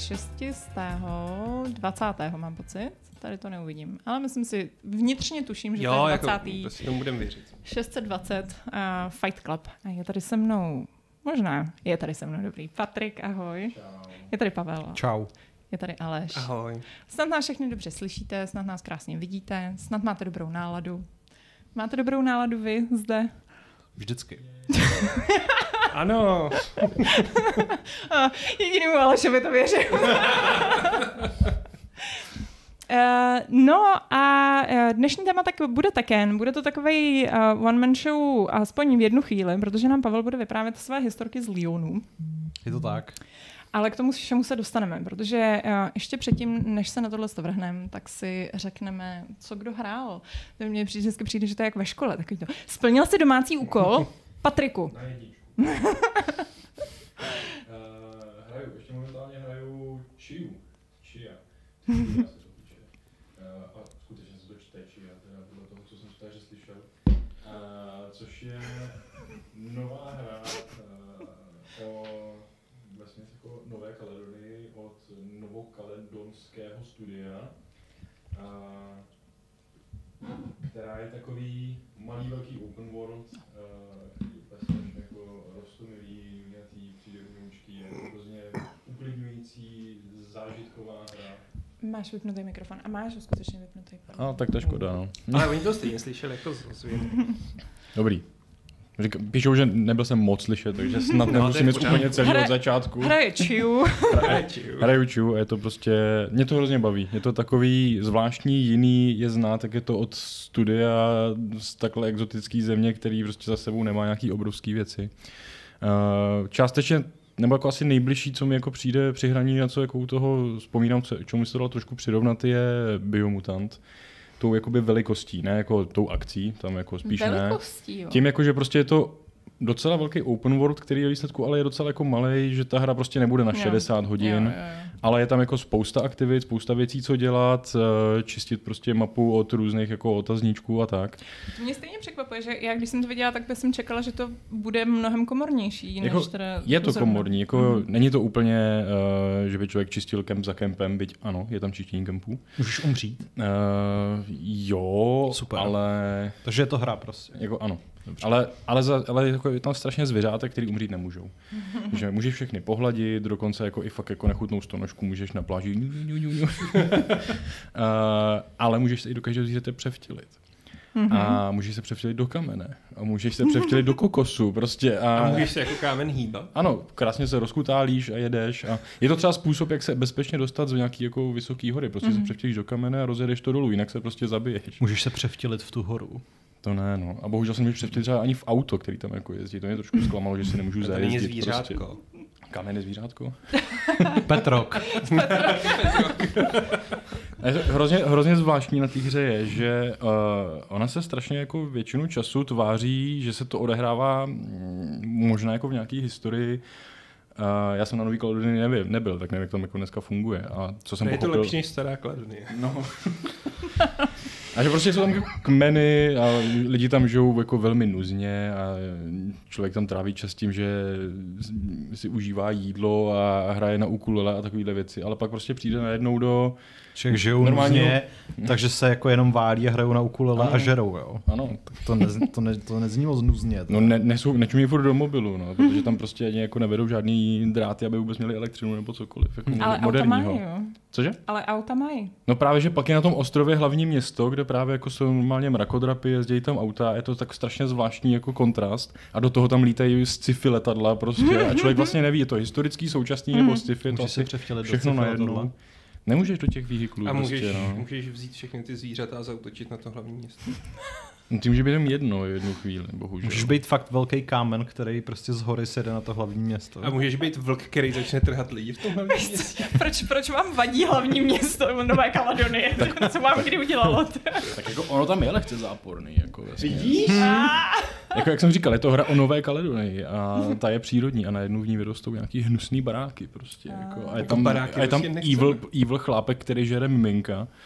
620. mám pocit. Tady to neuvidím. Ale myslím si, vnitřně tuším, že jo, to je jako, 20. Prostě tomu budem věřit. 620 Fight Club. A je tady se mnou, možná, je tady se mnou dobrý Patrik, ahoj. Čau. Je tady Pavel. Čau. Je tady Aleš. Ahoj. Snad nás všechny dobře slyšíte, snad nás krásně vidíte, snad máte dobrou náladu. Máte dobrou náladu vy zde? Vždycky. Ano. Jedinému Alešovi to věřím. No a dnešní téma tak bude Tekken. Bude to takovej one-man show aspoň v jednu chvíli, protože nám Pavel bude vyprávět své historky z Lyonu. Je to tak. Ale k tomu všemu se dostaneme, protože ještě předtím, než se na tohle vrhneme, tak si řekneme, co kdo hrál. Mně vždycky přijde, že to je jak ve škole. Takový to. Splnil jsi domácí úkol? Patriku. Na jedničku. Ještě momentálně hraju Chia. Chia se to píše. A skutečně se to čte Chia, teda podle toho, co jsem v té hře slyšel. Což je nová hra o vlastně jako Nové Kaledonii od novokaledonského studia, která je takový malý velký open world, který úplně jako rostomilý, vyňatý, přírodňoučky, je to hrozně uklidňující, zážitková hra. Máš vypnutý mikrofon a máš ho skutečně vypnutý. A tak to je škoda, no. Ale oni to stejně slyšeli jako zvěd. Dobrý. Píšou, že nebyl jsem moc slyšet, takže snad nemusím jít úplně celý od začátku. Hraje Chia. Hraju Chia a je to prostě, mě to hrozně baví. Je to takový zvláštní, jiný je znát, tak je to od studia z takhle exotický země, který prostě za sebou nemá nějaký obrovský věci. Částečně, nebo jako asi nejbližší, co mi jako přijde při hraní, na co jako u toho vzpomínám, čemu se to dalo trošku přirovnat, je Biomutant. Tou jakoby velikostí, ne jako tou akcí, tam jako spíš velikostí, ne. Jo. Tím jako, že prostě je to docela velký open world, který je výsledku, ale je docela jako malej, že ta hra prostě nebude na 60 hodin, jo. ale je tam jako spousta aktivit, spousta věcí, co dělat, čistit prostě mapu od různých jako otazníčků a tak. To mě stejně překvapuje, že já když jsem to viděla, tak jsem čekala, že to bude mnohem komornější. Jako, než teda je to komorní, jako není to úplně, že by člověk čistil kemp za kempem, byť ano, je tam čištění kempů. Můžeš umřít. Jo, super. Ale... Takže je to hra prostě. Jako ano. Ale jako je tam strašně zvěřátek, který umřít nemůžou. Že můžeš všechny pohladit, dokonce jako i fakt jako nechutnou stonožku můžeš na pláži. Ale můžeš se i do každého zvířete převtělit. A můžeš se převtělit do kamene. A můžeš se převtělit do kokosu. Prostě. A můžeš se jako kámen hýbat? Ano, krásně se rozkutálíš a jedeš. A je to třeba způsob, jak se bezpečně dostat z nějaký jako vysoký hory. Prostě se převtělíš do kamene a rozjedeš to dolů, jinak se prostě zabiješ. Můžeš se převtělit v tu horu. To ne, no. A bohužel jsem můžu převtělit třeba ani v auto, který tam jako jezdí. To mě trošku zklamalo, že si nemůžu zajezdit. To není zvířátko. Prostě. Kamenné zvířátko? Petrok. Hrozně zvláštní na té hře je, že ona se strašně jako většinu času tváří, že se to odehrává možná jako v nějaké historii. Já jsem na Nový Kaledonii nebyl, tak nevím, jak to jako dneska funguje. A co jsem pochopil... Je to lepší než Stará Kaledonie. No. A že prostě jsou tam kmeny a lidi tam žijou jako velmi nuzně a člověk tam tráví čas tím, že si užívá jídlo a hraje na ukulele a takovéhle věci, ale pak prostě přijde najednou do Však žijou nuzně, takže se jako jenom válí a hrajou na ukulele a žerou, jo. Ano. Tak to nezní moc nuzně. No nečumí furt do mobilu, no, protože tam prostě ani jako nevedou žádný dráty, aby vůbec měli elektřinu nebo cokoliv. Jako ale moderního. auta mají, jo. Cože? Ale auta mají. No právě, že pak je na tom ostrově hlavní město, kde právě jako jsou normálně mrakodrapy, jezdí tam auta, je to tak strašně zvláštní jako kontrast a do toho tam lítají sci-fi letadla prostě a člověk vlastně neví, je to historický, současný nebo sci-fi, to asi všechno najednou. Nemůžeš do těch vehiklů. A můžeš, prostě, no. můžeš vzít všechny ty zvířata a zaútočit na to hlavní město. No, tím může být jenom jednu chvíli, bohužel. Můžeš být fakt velký kámen, který prostě z hory sede na to hlavní město. A můžeš být vlk, který začne trhat lidi v tom hlavním městě. Proč vám vadí hlavní město Nové Kaledonie? Co vám kdy udělalo? Tak jako ono tam je lehce záporný. Jako vlastně. Vidíš? Jako jak jsem říkal, je to hra o Nové Kaledonii a ta je přírodní a najednou v ní vyrostou nějaký hnusný baráky prostě. Jako, a je tam baráky evil chlápek, který žere miminka.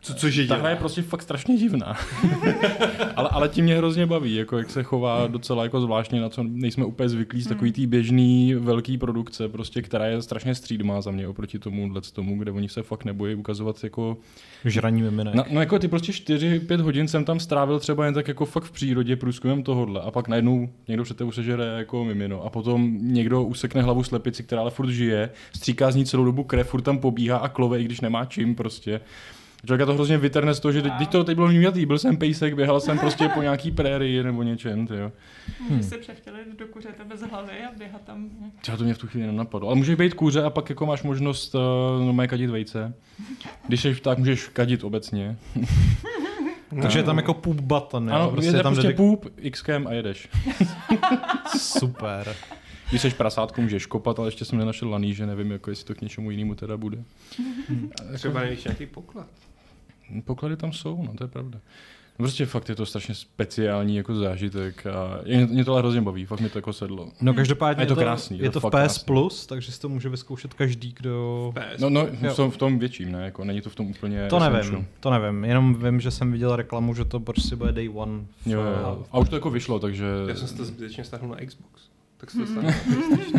Což je Ta hra je prostě fakt strašně divná. ale tím mě hrozně baví, jako jak se chová docela jako zvláštně, na co nejsme úplně zvyklí z takový tý běžný velký produkce, prostě, která je strašně střídmá za mě oproti tomu, kde oni se fakt nebojí ukazovat jako žraní miminek. No jako ty prostě 4-5 hodin jsem tam strávil třeba jen tak jako fakt v přírodě průzkumem tohodle a pak najednou někdo před tebou sežere jako mimino a potom někdo usekne hlavu slepici, která ale furt žije, stříká z ní celou dobu krev, furt tam pobíhá a klove, i když nemá čím prostě. Člověka to hrozně vytrhne z toho, že teď bylo mývatý, byl jsem pejsek, běhal jsem prostě po nějaký prérii nebo něčem, tyjo. Můžeš se převtělit do kuřete bez hlavy a běhat tam. Třeba to mě v tu chvíli nenapadlo. Ale můžeš být kůře a pak jako máš možnost normálně kadit vejce. Když jsi tak, můžeš kadit obecně. Takže je tam jako poop button, jo? Ano, prostě je tam prostě poop, xkem a jedeš. Super. Když jsi prasátko, můžeš kopat, ale ještě jsem nenašel laníže, nevím, jako jestli to k něčemu jinému teda bude. Třeba nevíš nějaký poklad. Poklady tam jsou, no to je pravda. No prostě fakt je to strašně speciální jako zážitek a mě to ale hrozně baví, fakt mi to jako sedlo. No každopádně je to krásný. Je to v PS krásný. Plus, takže si to může vyzkoušet každý, kdo... No v tom větším, ne? Jako, není to v tom úplně... To nevím, jenom vím, že jsem viděl reklamu, že to prostě bude Day One. Jo. A už to jako vyšlo, takže... Já jsem si to zbytečně stáhnul na Xbox. Tak si to stáhnul na PlayStation.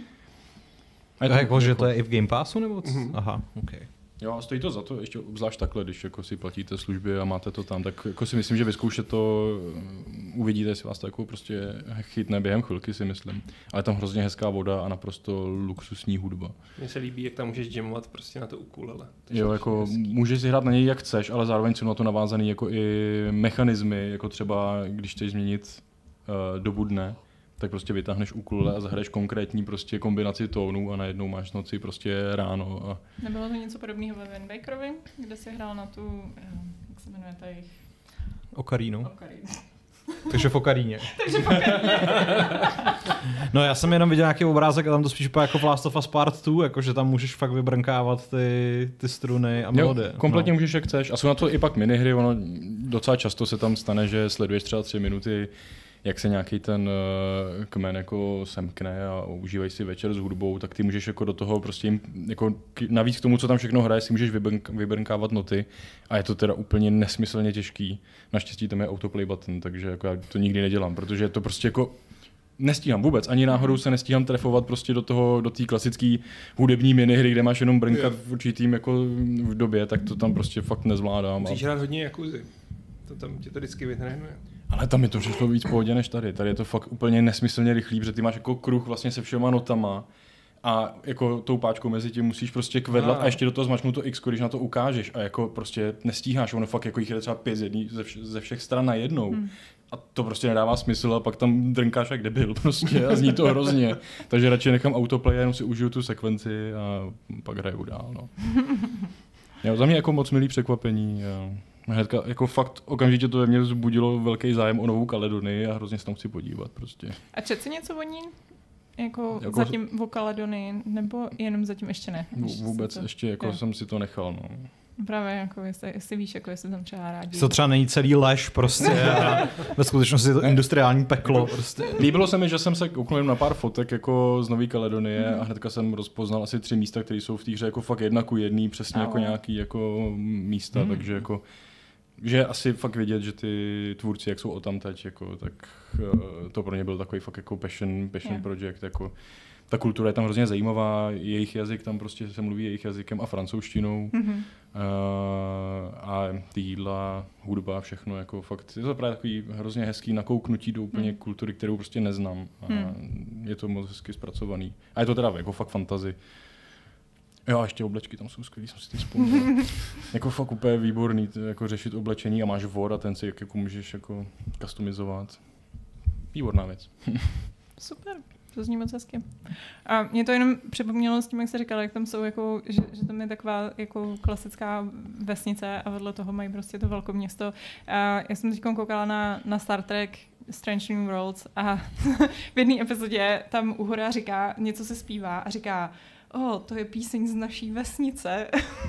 Že to je i v Game Passu nebo co? Aha, OK. Jo, a stojí to za to, ještě obzvlášť takhle, když jako si platíte služby a máte to tam, tak jako si myslím, že vyzkoušet to, uvidíte, jestli vás to jako prostě chytne během chvilky, si myslím. Ale tam hrozně hezká voda a naprosto luxusní hudba. Mně se líbí, jak tam můžeš jamovat prostě na to ukulele. Jo, jako můžeš si hrát na něj jak chceš, ale zároveň jsou na to navázaný jako i mechanismy, jako třeba když chceš změnit dobu dne, tak prostě vytáhneš ukulele a zahraješ konkrétní prostě kombinaci tónů a najednou máš noci prostě ráno. A... Nebylo to něco podobného ve Wind Wakerovi, kde jsi hrál na tu, jak se jmenuje ta jejich... Ocarinu. Takže v Ocaríně. No já jsem jenom viděl nějaký obrázek a tam to spíš jako v Last of Us Part 2, jakože tam můžeš fakt vybrnkávat ty struny a melodie. Jo, kompletně můžeš jak chceš. A jsou na to i pak minihry, ono docela často se tam stane, že sleduješ třeba 3 minuty, jak se nějaký ten kmen jako semkne a užívají si večer s hudbou, tak ty můžeš jako do toho prostě jim, jako navíc k tomu, co tam všechno hraje, si můžeš vybrnkávat noty a je to teda úplně nesmyslně těžký. Naštěstí tam je autoplay button, takže jako já to nikdy nedělám, protože to prostě jako nestíhám vůbec, ani náhodou se nestíhám trefovat prostě do té klasické hudební minihry, kde máš jenom brnkat v určitým jako v době, tak to tam prostě fakt nezvládám. Musíš hrát hodně jakuzy. To tam tě to vždycky vytrénuje. Ale tam mi to přišlo víc pohodě než tady. Tady je to fakt úplně nesmyslně rychlý, protože ty máš jako kruh vlastně se všema notama a jako tou páčkou mezi tím musíš prostě kvedlat a ještě do toho zmačknout to X, když na to ukážeš a jako prostě nestíháš, ono fakt jako jich je třeba 5 ze všech stran najednou. A to prostě nedává smysl a pak tam drnkáš jak debil prostě a zní to hrozně. Takže radši nechám autoplay a jenom si užiju tu sekvenci a pak hraju dál. No. Jo, za mě jako moc milý překvapení. Hnedka, jako fakt okamžitě to ve mně vzbudilo velký zájem o Novou Kaledonii a hrozně se tam chci podívat prostě. A četl jsi něco o ní? Jako zatím o Kaledonii, nebo jenom zatím ještě ne? Vůbec ještě jako jsem si to nechal, no. Právě, jako jestli víš, jako jestli tam třeba rádi. To třeba není celý lež prostě a ve skutečnosti je to industriální peklo prostě. Líbilo se mi, že jsem se kouknul na pár fotek jako z Nový Kaledonie a hnedka jsem rozpoznal asi 3 místa, které jsou v té hře jako fakt 1:1, přesně jako nějaký jako místa, takže jako že asi fakt vidět, že ty tvůrci, jak jsou odtamtať, jako, tak to pro ně byl takový fakt jako passion project, jako ta kultura je tam hrozně zajímavá, jejich jazyk, tam prostě se mluví jejich jazykem a francouzštinou. A ty jídla, hudba, všechno, jako fakt, je to právě takový hrozně hezký nakouknutí do úplně kultury, kterou prostě neznám. A je to moc hezky zpracovaný. A je to teda jako fakt fantasy. Jo, a ještě oblečky tam jsou skvělý, jsem si tím vzpomněl. Jako fakt úplně výborný, jako řešit oblečení a máš vor a ten si jako můžeš jako customizovat. Výborná věc. Super. To zní moc hezky. A mě to jenom připomnělo s tím, jak jsi říkala, jak tam jsou, jako, že tam je taková jako klasická vesnice a vedle toho mají prostě to velkoměsto. A já jsem teď koukala na Star Trek Strange New Worlds a v jedné epizodě tam Uhura říká, něco se zpívá a říká, to je píseň z naší vesnice.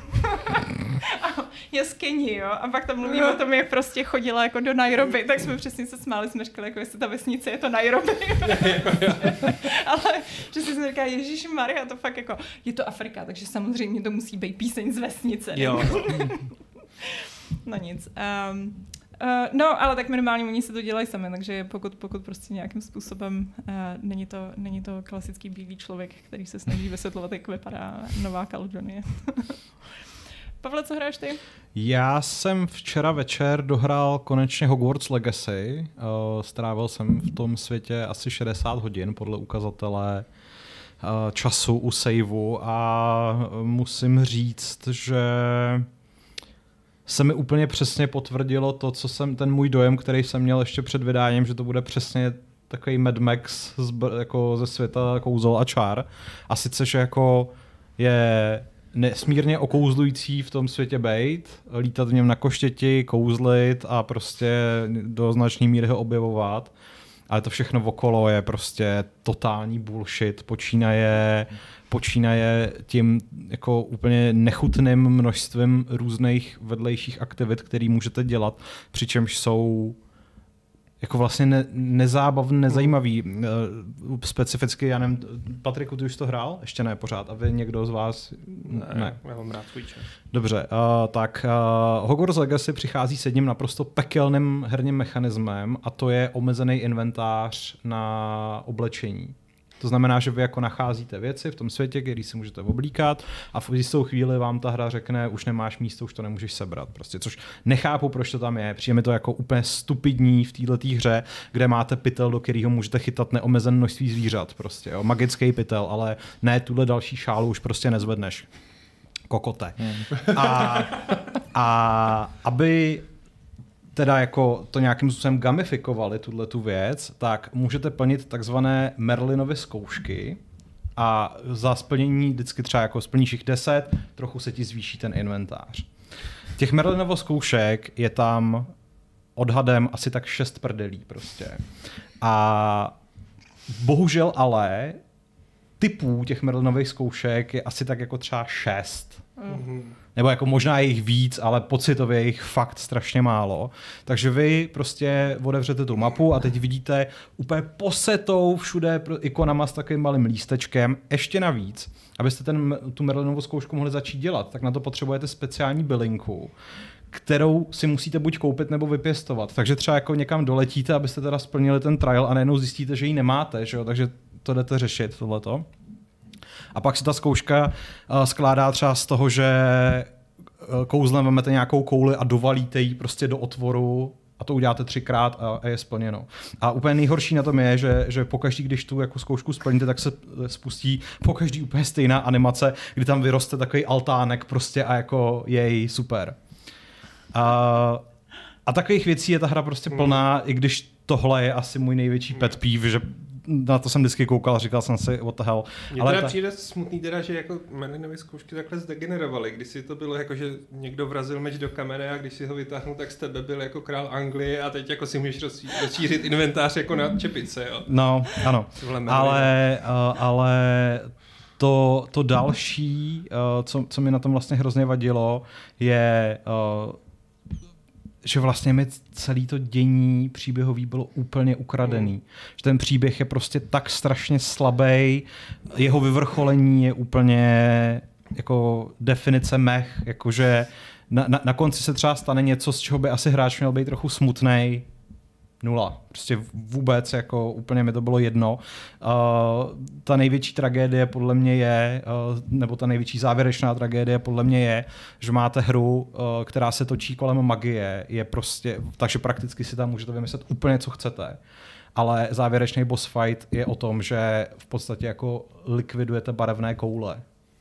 A je z Keni, jo. A pak tam mluví o tom, jak prostě chodila jako do Nairobi, tak jsme přesně se smáli, jsme říkali, jako jestli ta vesnice je to Nairobi. Ale že si říká, Ježišmarja, to fakt jako, je to Afrika, takže samozřejmě to musí být píseň z vesnice. Jo. No nic. No, ale tak minimálně oni si to dělají sami, takže pokud prostě nějakým způsobem není to klasický bílý člověk, který se snaží vysvětlovat, jak vypadá Nová Kaledonie. Pavle, co hraješ ty? Já jsem včera večer dohrál konečně Hogwarts Legacy. Strávil jsem v tom světě asi 60 hodin podle ukazatele času u saveu a musím říct, že se mi úplně přesně potvrdilo to, co jsem, ten můj dojem, který jsem měl ještě před vydáním, že to bude přesně takový Mad Max jako ze světa kouzel a čár. A sice, že jako je nesmírně okouzlující v tom světě bejt, lítat v něm na koštěti, kouzlit a prostě do značné míry ho objevovat. Ale to všechno okolo je prostě totální bullshit. Počínaje tím jako úplně nechutným množstvím různých vedlejších aktivit, které můžete dělat, přičemž jsou jako vlastně nezábavný, nezajímavý. Specificky, já nevím, Patriku, ty už to hrál? Ještě ne pořád. A vy někdo z vás? Ne. Já mám rád svůj čas. Dobře, tak Hogwarts Legacy přichází s jedním naprosto pekelným herním mechanismem a to je omezený inventář na oblečení. To znamená, že vy jako nacházíte věci v tom světě, který si můžete oblíkat a v jistou chvíli vám ta hra řekne, už nemáš místo, už to nemůžeš sebrat. Prostě, což nechápu, proč to tam je. Přijde mi to jako úplně stupidní v této hře, kde máte pytel, do kterého můžete chytat neomezené množství zvířat. Prostě, jo. Magický pytel, ale ne tuhle další šálu už prostě nezvedneš. Kokote. A aby teda jako to nějakým způsobem gamifikovali tu věc, tak můžete plnit takzvané Merlinovy zkoušky a za splnění vždycky třeba jako splníš jich 10, trochu se ti zvýší ten inventář. Těch Merlinovo zkoušek je tam odhadem asi tak 6 prdelí prostě. A bohužel ale typů těch Merlinových zkoušek je asi tak jako třeba 6. Nebo jako možná je jich víc, ale pocitově je jich fakt strašně málo. Takže vy prostě otevřete tu mapu a teď vidíte úplně posetou všude ikonama s takovým malým lístečkem. Ještě navíc, abyste tu Merlinovou zkoušku mohli začít dělat, tak na to potřebujete speciální bylinku, kterou si musíte buď koupit nebo vypěstovat. Takže třeba jako někam doletíte, abyste teda splnili ten trial a najednou zjistíte, že ji nemáte, že jo? Takže to jdete řešit, tohleto. A pak se ta zkouška skládá třeba z toho, že kouzlem vezmete nějakou kouli a dovalíte ji prostě do otvoru a to uděláte 3krát a je splněno. A úplně nejhorší na tom je, že pokaždý, když tu jako zkoušku splníte, tak se spustí pokaždý úplně stejná animace, kdy tam vyroste takový altánek prostě a jako jej super. A takových věcí je ta hra prostě plná, i když tohle je asi můj největší pet peeve, že na to jsem vždycky koukal a říkal jsem si, what the hell. Mně teda přijde smutný teda, že jako Merlinovy zkoušky takhle zdegenerovaly. Když si to bylo jako, že někdo vrazil meč do kamene a když si ho vytáhnul, tak z tebe byl jako král Anglie a teď jako si můžeš rozšířit inventář jako na čepice, jo. No, ano. Ale to další, co mi na tom vlastně hrozně vadilo, je že vlastně mi celý to dění příběhový bylo úplně ukradený. Že ten příběh je prostě tak strašně slabý, jeho vyvrcholení je úplně jako definice mech, jakože na konci se třeba stane něco, z čeho by asi hráč měl být trochu smutnej. 0. Prostě vůbec, jako úplně mi to bylo jedno. Ta největší tragédie podle mě je, nebo ta největší závěrečná tragédie podle mě je, že máte hru, která se točí kolem magie, je prostě, takže prakticky si tam můžete vymyslet úplně, co chcete. Ale závěrečný boss fight je o tom, že v podstatě jako likvidujete barevné koule.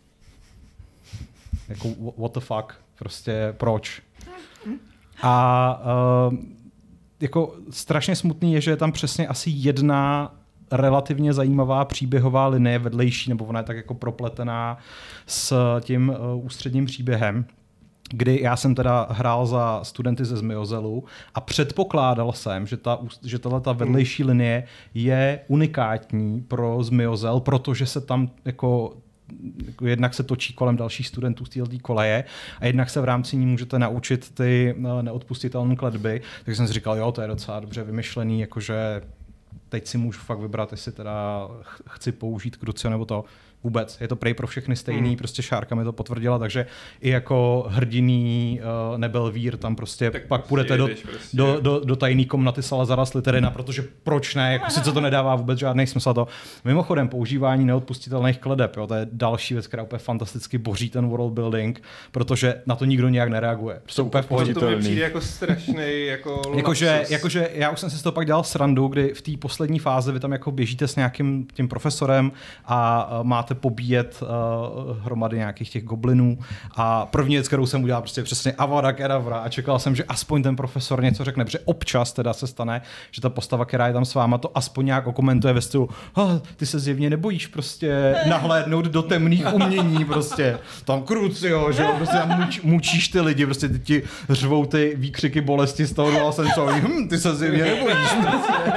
Jako what the fuck? Prostě proč? A jako strašně smutný je, že je tam přesně asi jedna relativně zajímavá příběhová linie vedlejší, nebo ona je tak jako propletená s tím ústředním příběhem, kdy já jsem teda hrál za studenty ze Zmiozelu a předpokládal jsem, že tato vedlejší linie je unikátní pro Zmiozel, protože se tam jako jednak se točí kolem dalších studentů z této koleje a jednak se v rámci ní můžete naučit ty neodpustitelné kletby. Takže jsem si říkal, jo, to je docela dobře vymyšlený, jakože teď si můžu fakt vybrat, jestli teda chci použít Crucio nebo to. vůbec. Je to prej pro všechny stejný, prostě Šárka mi to potvrdila, takže i jako hrdiný Nebelvír tam prostě tak pak prostě půjdete prostě. do tajný komnaty Salazara Slytherina, protože proč ne, jako sice to nedává vůbec žádný smysl to. Mimochodem, používání neodpustitelných kledeb, jo, to je další věc, která úplně fantasticky boří ten world building, protože na to nikdo nějak nereaguje. Prostě úplně v pohodě. To mi přijde jako strašný jako jakože já už jsem si z toho pak dělal srandu, kdy v té poslední fázi vy tam jako běžíte s nějakým tím profesorem a máte pobíjet hromady nějakých těch goblinů a první věc, kterou jsem udělal, prostě přesně Avada Kedavra a čekal jsem, že aspoň ten profesor něco řekne, protože občas teda se stane, že ta postava, která je tam s váma, to aspoň nějak okomentuje ve stylu, ty se zjevně nebojíš prostě nahlédnout do temných umění, prostě tam Crucio, že jo, prostě tam mučíš ty lidi, prostě ty ti řvou ty výkřiky bolesti z toho ty se zjevně nebojíš. Prostě.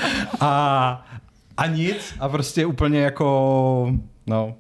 A nic a prostě úplně jako no.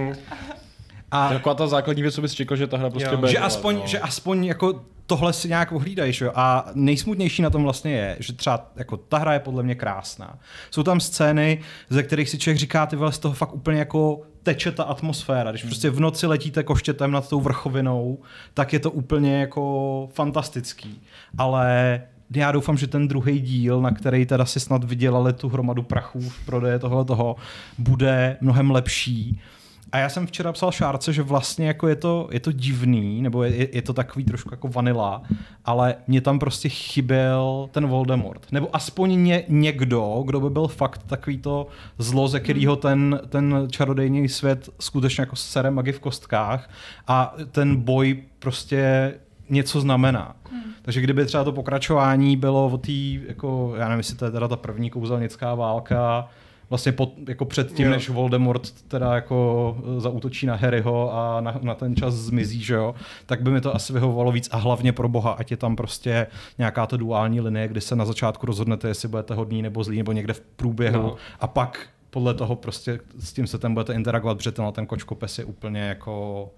A taková ta základní věc, co bys čekal, že ta hra prostě bude. Že aspoň jako tohle si nějak ohlídají, jo? A nejsmutnější na tom vlastně je, že třeba jako ta hra je podle mě krásná. Jsou tam scény, ze kterých si člověk říká, ty vole, z toho fakt úplně jako teče ta atmosféra. Když prostě v noci letíte koštětem nad tou vrchovinou, tak je to úplně jako fantastický. Ale já doufám, že ten druhý díl, na který teda si snad vydělali tu hromadu prachů v prodeje tohoto, bude mnohem lepší. A já jsem včera psal Šárce, že vlastně jako je to divný, nebo je to takový trošku jako vanila, ale mě tam prostě chyběl ten Voldemort. Nebo aspoň někdo, kdo by byl fakt takový to zlo, ze kterého ten čarodejný svět skutečně jako sere magi v kostkách a ten boj prostě něco znamená. Takže kdyby třeba to pokračování bylo o té, jako, já nevím, jestli to je teda ta první kouzelnická válka, vlastně jako před tím, než Voldemort teda jako zaútočí na Harryho a na ten čas zmizí, že jo, tak by mi to asi vyhovovalo víc a hlavně pro boha, ať je tam prostě nějaká ta duální linie, kdy se na začátku rozhodnete, jestli budete hodný nebo zlý, nebo někde v průběhu a pak podle toho prostě s tím se tam budete interagovat, protože ten kočkopes je úplně jako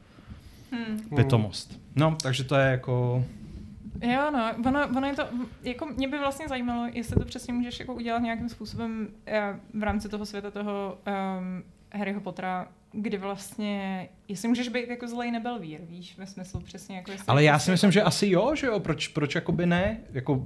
pitomost. No, takže to je jako... Jo, no, ono je to, jako mě by vlastně zajímalo, jestli to přesně můžeš jako udělat nějakým způsobem v rámci toho světa toho Harryho Pottera, kdy vlastně, jestli můžeš být jako zlej Nebelvír, víš, ve smyslu přesně jako... Ale já si myslím, že asi jo, že jo, proč jakoby ne, jako...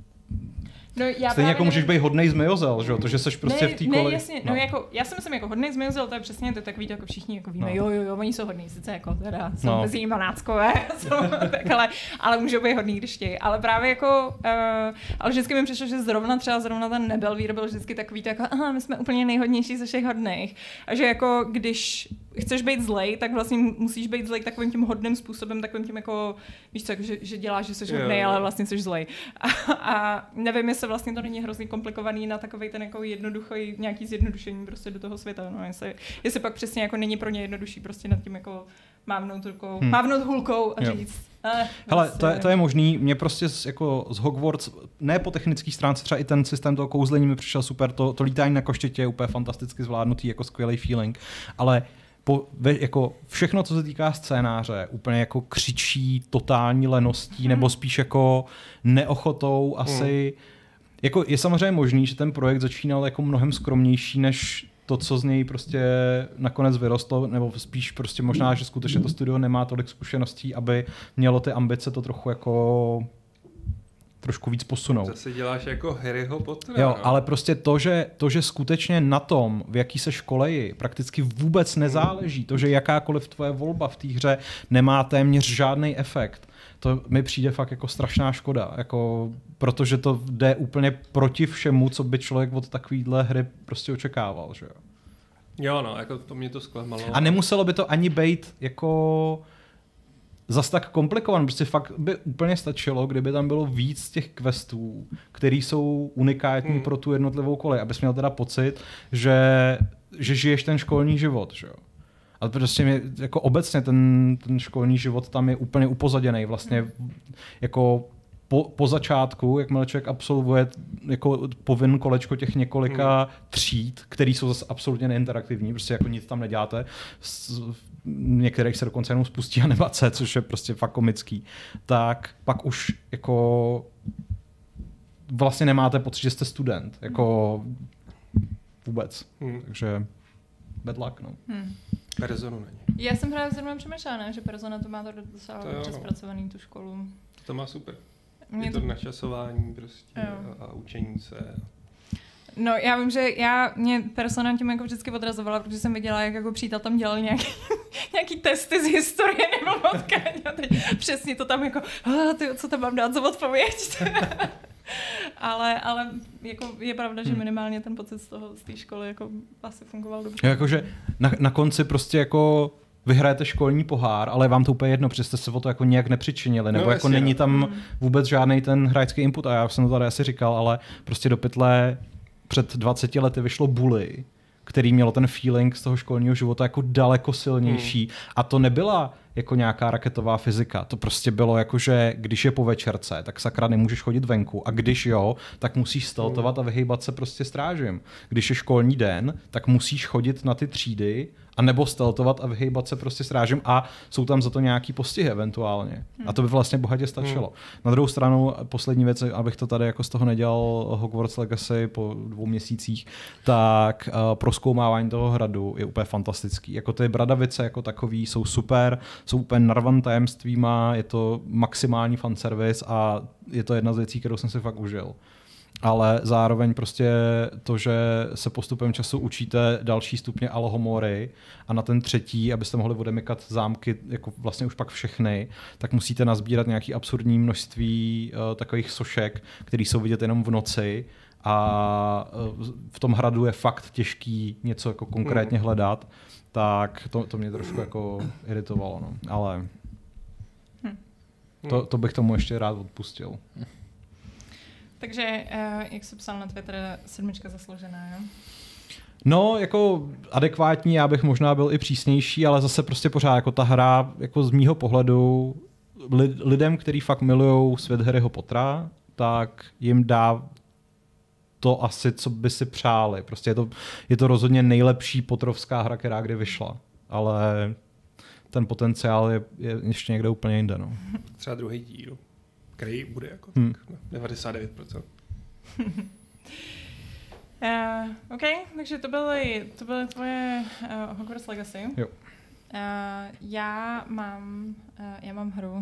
No, stejně jako můžeš být hodnej zmiozel, že jo, to, že seš prostě v té kole. Ne, jasně, no jako, já si myslím jako hodnej zmiozel, to je přesně to takový, jako všichni jako víme, jo, oni jsou hodný, sice jako teda, jsou mezi nimi náckové, tak, ale můžou být hodný, když chtějí, ale právě jako, ale vždycky mi přišlo, že zrovna ten Nebelvír byl vždycky takový, tak jako, my jsme úplně nejhodnější ze všech hodných, a že jako, když chceš být zlej, tak vlastně musíš být zlej takovým tím hodným způsobem, takovým tím jako, víš co, že děláš, že jsi hodnej, ale vlastně jsi zlej. A nevím, jestli vlastně to není hrozně komplikovaný na takovej ten jako jednoduchý nějaký zjednodušení prostě do toho světa. No, jestli pak přesně jako není pro ně jednodušší prostě nad tím jako mávnout hulkou a říct. Hele, to je možný. Mě prostě jako z Hogwarts, ne po technické stránce, třeba i ten systém toho kouzlení mi přišel super, to lítání na koštětě je úplně fantasticky zvládnutý, jako skvělý feeling, ale jako všechno, co se týká scénáře, úplně jako křičí totální leností, nebo spíš jako neochotou asi. Jako je samozřejmě možný, že ten projekt začínal jako mnohem skromnější, než to, co z něj prostě nakonec vyrostlo, nebo spíš prostě možná, že skutečně to studio nemá tolik zkušeností, aby mělo ty ambice to trochu jako trošku víc posunout. Zase děláš jako Harryho Pottera. Jo, ale prostě to, že skutečně na tom, v jaký se školeji, prakticky vůbec nezáleží. To, že jakákoliv tvoje volba v té hře nemá téměř žádný efekt. To mi přijde fakt jako strašná škoda. Jako, protože to jde úplně proti všemu, co by člověk od takovýhle hry prostě očekával. Že jo? Jo, no, jako to mě to zklamalo. A nemuselo by to ani být jako zas tak komplikovaný, prostě fakt by úplně stačilo, kdyby tam bylo víc těch questů, které jsou unikátní pro tu jednotlivou kolej, abys měl teda pocit, že žiješ ten školní život, že jo. Ale prostě jako obecně ten školní život tam je úplně upozaděný vlastně jako po začátku, jakmile člověk absolvuje jako povinn kolečko těch několika tříd, které jsou zase absolutně neinteraktivní, prostě jako nic tam neděláte. Některých se dokonce jenom spustí a nebace, což je prostě fakt komický. Tak pak už jako vlastně nemáte pocit, že jste student. Jako vůbec. Takže bad luck, no. Personu není. Já jsem právě zrovna přemýšlela, že Persona to má to docela To jo, dobře no. zpracovaný, tu školu. To má super. Mě Je to načasování prostě Jo. a učení se. No, já vím, že mě Persona tím jako vždycky odrazovala, protože jsem viděla, jak jako přítel tam dělal nějaký testy z historie nebo odkaň. A teď přesně to tam jako, tyjo, co tam mám dát za odpověď. ale jako je pravda, že minimálně ten pocit z té školy jako asi fungoval dobře. Jakože na konci prostě jako vyhrajete školní pohár, ale je vám to úplně jedno, protože jste se o to jako nějak nepřičinili, nebo No, jako jasně, není no. tam vůbec žádný ten hráčský input a já jsem to tady asi říkal, ale prostě do pytle před 20 lety vyšlo Bully, který mělo ten feeling z toho školního života jako daleko silnější a to nebyla jako nějaká raketová fyzika. To prostě bylo jako, že když je po večerce, tak sakra nemůžeš chodit venku a když jo, tak musíš steltovat a vyhejbat se prostě strážím. Když je školní den, tak musíš chodit na ty třídy a nebo steltovat a vyhejbat se prostě strážím a jsou tam za to nějaký postihy eventuálně. A to by vlastně bohatě stačilo. Na druhou stranu, poslední věc, abych to tady jako z toho nedělal Hogwarts Legacy po 2 měsících, tak prozkoumávání toho hradu je úplně fantastický. Jako ty bradavice jako takový jsou super, jsou úplně narvan tajemstvíma, je to maximální fanservice a je to jedna z věcí, kterou jsem si fakt užil. Ale zároveň prostě to, že se postupem času učíte další stupně Alohomory a na ten 3., abyste mohli odemykat zámky, jako vlastně už pak všechny, tak musíte nazbírat nějaký absurdní množství takových sošek, které jsou vidět jenom v noci a v tom hradu je fakt těžký něco jako konkrétně hledat, tak to mě trošku jako iritovalo, no. Ale to bych tomu ještě rád odpustil. Takže, jak jsi psal na Twitter, 7 zasloužená, jo? No, jako adekvátní, já bych možná byl i přísnější, ale zase prostě pořád jako ta hra, jako z mýho pohledu, lidem, kteří fakt milujou svět Harryho Pottera, tak jim dá to asi, co by si přáli. Prostě je to rozhodně nejlepší potterovská hra, která kdy vyšla. Ale ten potenciál je ještě někde úplně jinde, no. Třeba druhý díl, který bude jako tak 99%. OK, takže to byly tvoje Hogwarts Legacy. Jo. Já mám hru.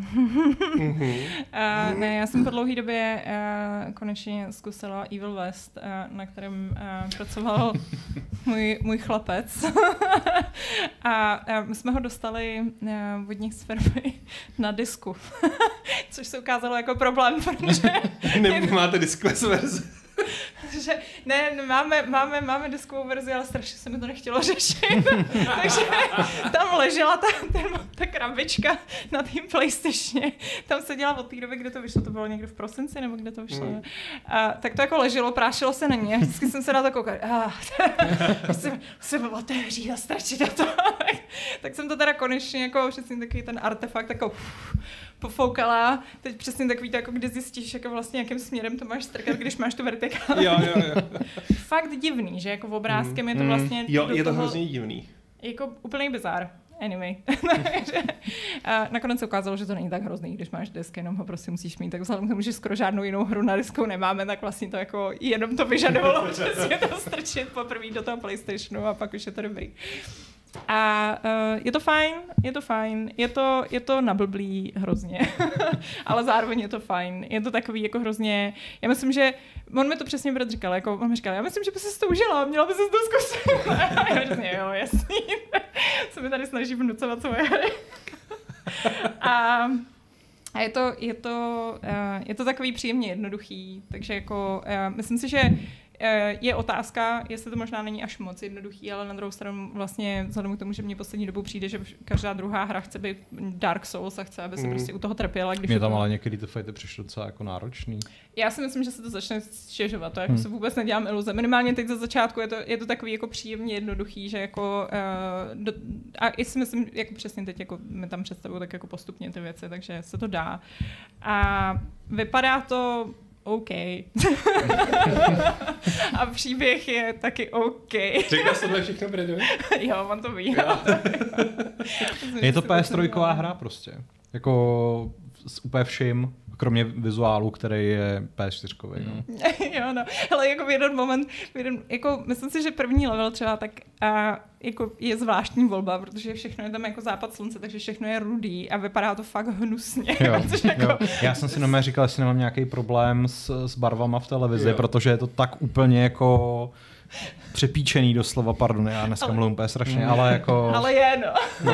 Ne, já jsem po dlouhé době konečně zkusila Evil West, na kterém pracoval můj chlapec. A my jsme ho dostali od nich z firmy na disku, což se ukázalo jako problém, protože... Máte diskless verze. Že máme diskovou verzi, ale strašně se mi to nechtělo řešit. Takže tam ležela ta krabička na tým PlayStationu. Tam seděla od té doby, kde to vyšlo, to bylo někdy v prosinci, nebo kde to vyšlo. Tak to jako leželo, prášilo se na mě. Vždycky jsem se na to koukala. Musím otevřít a strčit na to. Tak jsem to teda konečně, jako přesně takový ten artefakt, jako pofoukala. Teď přesně takový to, jako kdy zjistíš, jako vlastně jakým směrem to máš strkat, když máš tu vertikální. Jo. Fakt divný, že jako obrázkem je to vlastně... Jo, je to hrozně divný. Jako úplný bizár. Anyway. Nakonec se ukázalo, že to není tak hrozný, když máš disk, jenom ho prostě musíš mít. Tak vzhledem k tomu, že skoro žádnou jinou hru na disku nemáme, tak vlastně to jako jenom to vyžadovalo přesně to strčit poprvé do toho PlayStationu a pak už je to dobrý. A je to fajn, je to nablblý hrozně, ale zároveň je to fajn. Je to takový jako hrozně, já myslím, že on mi to přesně brat říkal, jako on mi říkal, já myslím, že by se to užila, měla by se to zkusit. A já říkám, jo, jasný, se mi tady snaží vnucovat svoje hry. A je to takový příjemně jednoduchý, takže jako myslím si, že je otázka, jestli to možná není až moc jednoduchý, ale na druhou stranu vlastně vzhledem k tomu, že mě poslední dobou přijde, že každá druhá hra chce být Dark Souls a chce, aby se prostě u toho trpěla. Když mě tam ale některý ty fighty přišlo docela jako náročný. Já si myslím, že se to začne stěžovat, to jako se vůbec nedělám iluze. Minimálně teď za začátku je to takový jako příjemně jednoduchý, že jako a i si myslím, jako přesně teď jako mi tam představují tak jako postupně ty věci, takže se to dá. A vypadá to OK. A příběh je taky OK. Řekla jsi tohle všechno Bredovi? Jo, on to ví. Je to PS3 hra prostě. Jako s úplně vším. Kromě vizuálu, který je PS4. Jo, no. Hele, jako v jeden moment, jako myslím si, že první level třeba tak jako je zvláštní volba, protože všechno je tam jako západ slunce, takže všechno je rudý a vypadá to fakt hnusně. Jo, jako... jo. Já jsem si normálně říkal, jestli nemám nějaký problém s barvama v televizi, protože je to tak úplně jako přepíčený doslova, pardon, já dneska mluvím úplně strašně, ale jako... Ale je, no.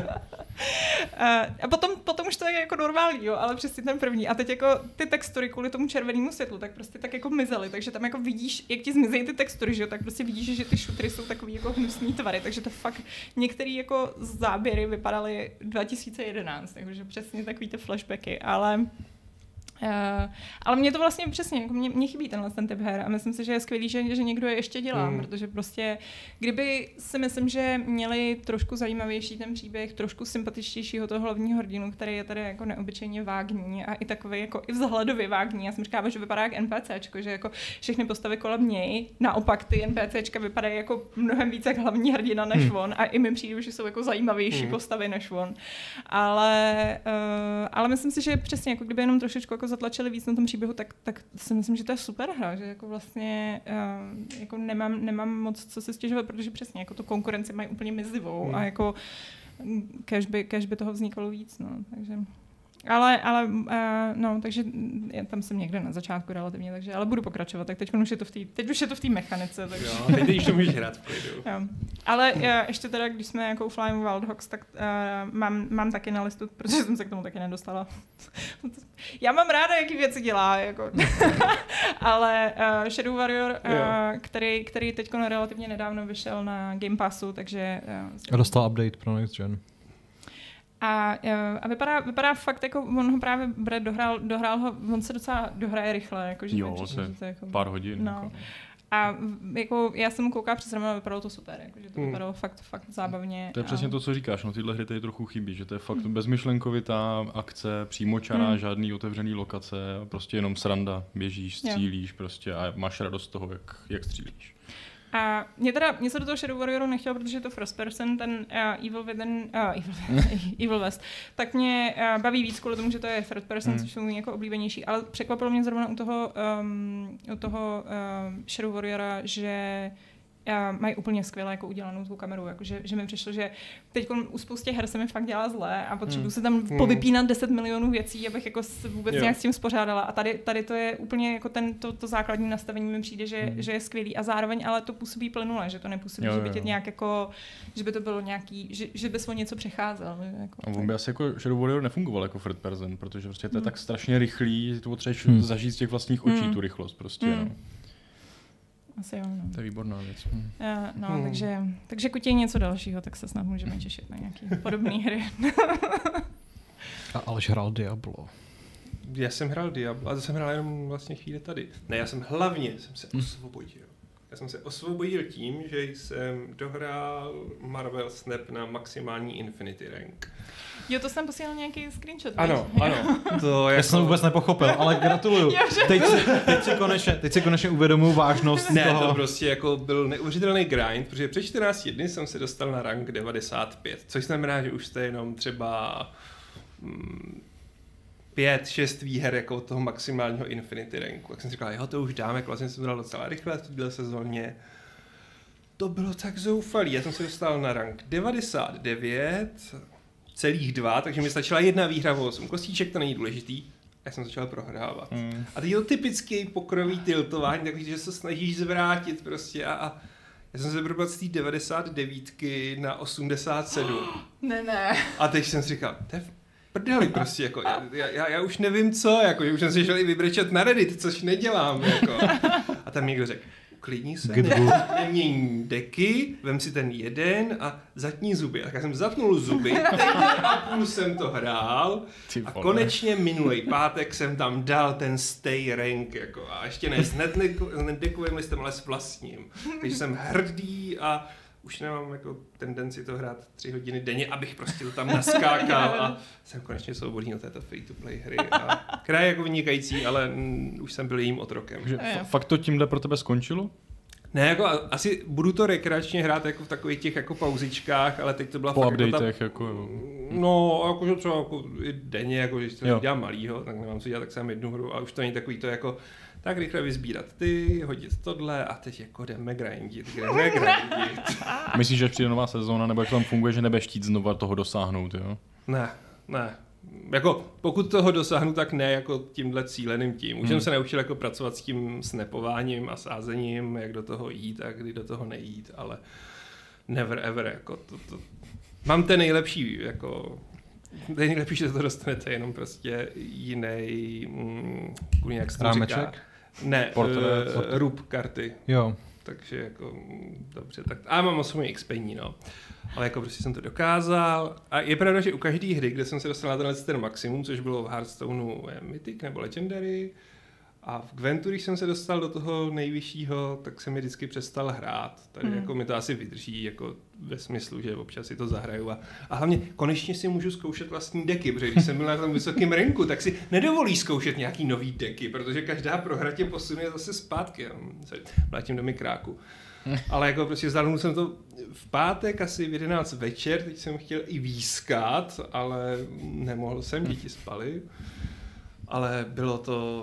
A potom už to je jako normální, jo, ale přesně ten první. A teď jako ty textury kvůli tomu červenému světlu, tak prostě tak jako mizely, takže tam jako vidíš, jak ti zmizejí ty textury, že jo, tak prostě vidíš, že ty šutry jsou takový jako hnusný tvary, takže to fakt některé jako záběry vypadaly 2011, takže přesně takový ty flashbacky, ale mě to vlastně přesně, jako mě chybí ten typ her a myslím si, že je skvělý, že někdo je ještě dělá, protože prostě, kdyby si myslím, že měli trošku zajímavější ten příběh, trošku sympatičtějšího toho hlavního hrdinu, který je tady jako neobyčejně vágní a i takový jako i vzhledově vágní. Já jsem říkala, že vypadá jak NPCčko, že jako všechny postavy kolem něj, naopak ty NPCčka vypadají jako mnohem víc jak hlavní hrdina než on a i mi přijde, že jsou jako zajímavější postavy než on. Ale myslím si, že přesně jako kdyby jenom trošičku jako zatlačili víc na tom příběhu, tak si myslím, že to je super hra, že jako vlastně jako nemám moc co se stěžovat, protože přesně jako tu konkurenci mají úplně mizivou a jako cash by toho vznikalo víc, no, takže... Ale no, takže já tam jsem někde na začátku relativně, takže, ale budu pokračovat, tak teď už je to v té mechanice, takže... Jo, teď už to můžeš hrát v klidu. Jo. Ale ještě teda, když jsme jako u Flying Wild Hogs, tak mám taky na listu, protože jsem se k tomu taky nedostala. Já mám ráda, jaký věci dělá, jako. Ale Shadow Warrior, který teď relativně nedávno vyšel na Game Passu, takže... A dostal update pro Next Gen. A vypadá fakt jako, on ho právě Brad dohrál ho, on se docela dohraje rychle. Jako, že jo, se jako, pár hodin. No. Jako. A jako já jsem koukala přes rameno, vypadalo to super, jako, že to vypadalo fakt zábavně. To je přesně to, co říkáš, no tyhle hry tady trochu chybí, že to je fakt bezmyšlenkovitá akce, přímočará, žádný otevřený lokace, prostě jenom sranda, běžíš, střílíš prostě a máš radost z toho, jak střílíš. A mě se do toho Shadow Warrioru nechtělo, protože je to first person, ten Evil West, tak mě baví víc kvůli tomu, že to je third person, což jsou jako oblíbenější, ale překvapilo mě zrovna u toho Shadow Warriora, že mají úplně skvěle jako udělanou tu kameru, jako že mi přišlo, že teď u spoustě her se mi fakt dělá zle a potřebuji se tam povypínat 10 milionů věcí, abych jako se vůbec nějak s tím spořádala a tady to je úplně jako to základní nastavení mi přijde, že je skvělý a zároveň ale to působí plynule, že to nepůsobí, že by tě nějak jako, že by to bylo nějaký, že bys o něco přecházel. Jako, a on by asi jako Shadow Warrior nefungoval jako third person, protože prostě to je tak strašně rychlý, to potřebuješ zažít z těch vlastních očí tu rychlost prostě, no. Asi jo, no. To je výborná věc. Takže když je něco dalšího, tak se snad můžeme těšit na nějaké podobné hry. A Aleš hrál Diablo. Já jsem hrál Diablo, a to jsem hrál jenom vlastně chvíli tady. Ne, já jsem se osvobodil. Já jsem se osvobodil tím, že jsem dohrál Marvel Snap na maximální Infinity Rank. Jo, to jsem posílal nějaký screenshot. Ano. To já jsem vůbec nepochopil, ale gratuluju. Teď si konečně uvědomuji vážnost toho. Ne, to prostě jako byl neuvěřitelný grind, protože před 14 dny jsem se dostal na rank 95, což znamená, že už jste jenom třeba 5-6 výher jako od toho maximálního Infinity ranku. Jak jsem si říkal, jo, to už dáme, vlastně jsem to dal docela rychle v této sezóně. To bylo tak zoufalý. Já jsem se dostal na rank 99,2, takže mi stačila jedna výhra o 8 kostíček, to není důležitý. Já jsem začal prohrávat. A teď je to typický pokrový tiltování, takový, že se snažíš zvrátit prostě a já jsem se probral z té 99 na 87. Ne. A teď jsem si říkal, to je prdeli prostě, jako, já už nevím co, jako, že už jsem si šel i vybrečet na Reddit, což nedělám, jako. A tam někdo řekl, uklidni se, neměň deky, vem si ten jeden a zatní zuby. Tak já jsem zatnul zuby, teď a půl jsem to hrál a konečně minulý pátek jsem tam dal ten stay rank, jako, a ještě ne s netdekovým listem, ale s vlastním. Takže jsem hrdý a už nemám jako tendenci to hrát 3 hodiny denně, abych prostě to tam naskákal a jsem konečně svobodný od této free-to-play hry. Která je jako vynikající, ale už jsem byl jejím otrokem. Fakt to tímhle pro tebe skončilo? Ne, jako asi budu to rekreačně hrát jako v takových těch jako pauzičkách, ale teď to byla Po fakt updatech jako... No, jakože třeba jako i denně, jako když to dělám malýho, tak nemám co dělat, tak jsem jednu hru a už to není takový to jako tak rychle vyzbírat ty, hodit tohle a teď jako jdeme grindit. Myslíš, že přijde nová sezóna, nebo jak to tam funguje, že nebudeš chtít znova toho dosáhnout, jo? Ne. Jako pokud toho dosáhnu, tak ne jako tímhle cíleným tím. Už jsem se naučil jako pracovat s tím snapováním a sázením, jak do toho jít a kdy do toho nejít, ale never ever, jako to. Mám ten nejlepší, jako nejlepší, že to dostanete, jenom prostě jiný, jak se to říká. Ne, rub karty. Jo. Takže jako, dobře, tak a mám 8 XP, no. Ale jako prostě jsem to dokázal. A je pravda, že u každé hry, kde jsem se dostal na ten maximum, což bylo v Hearthstoneu Mythic nebo Legendary, a v Gwentu, když jsem se dostal do toho nejvyššího, tak se mi vždycky přestal hrát. Takže jako mi to asi vydrží, jako ve smyslu, že občas si to zahraju. A hlavně konečně si můžu zkoušet vlastní deky, protože když jsem byl na tom vysokém ranku, tak si nedovolí zkoušet nějaký nový deky, protože každá prohra tě posunuje zase zpátky. Mlátím do mikráku. Ale jako prostě zvládnul jsem to v pátek asi v 11 večer, teď jsem chtěl i výskat, ale nemohl jsem, děti spaly. Ale bylo to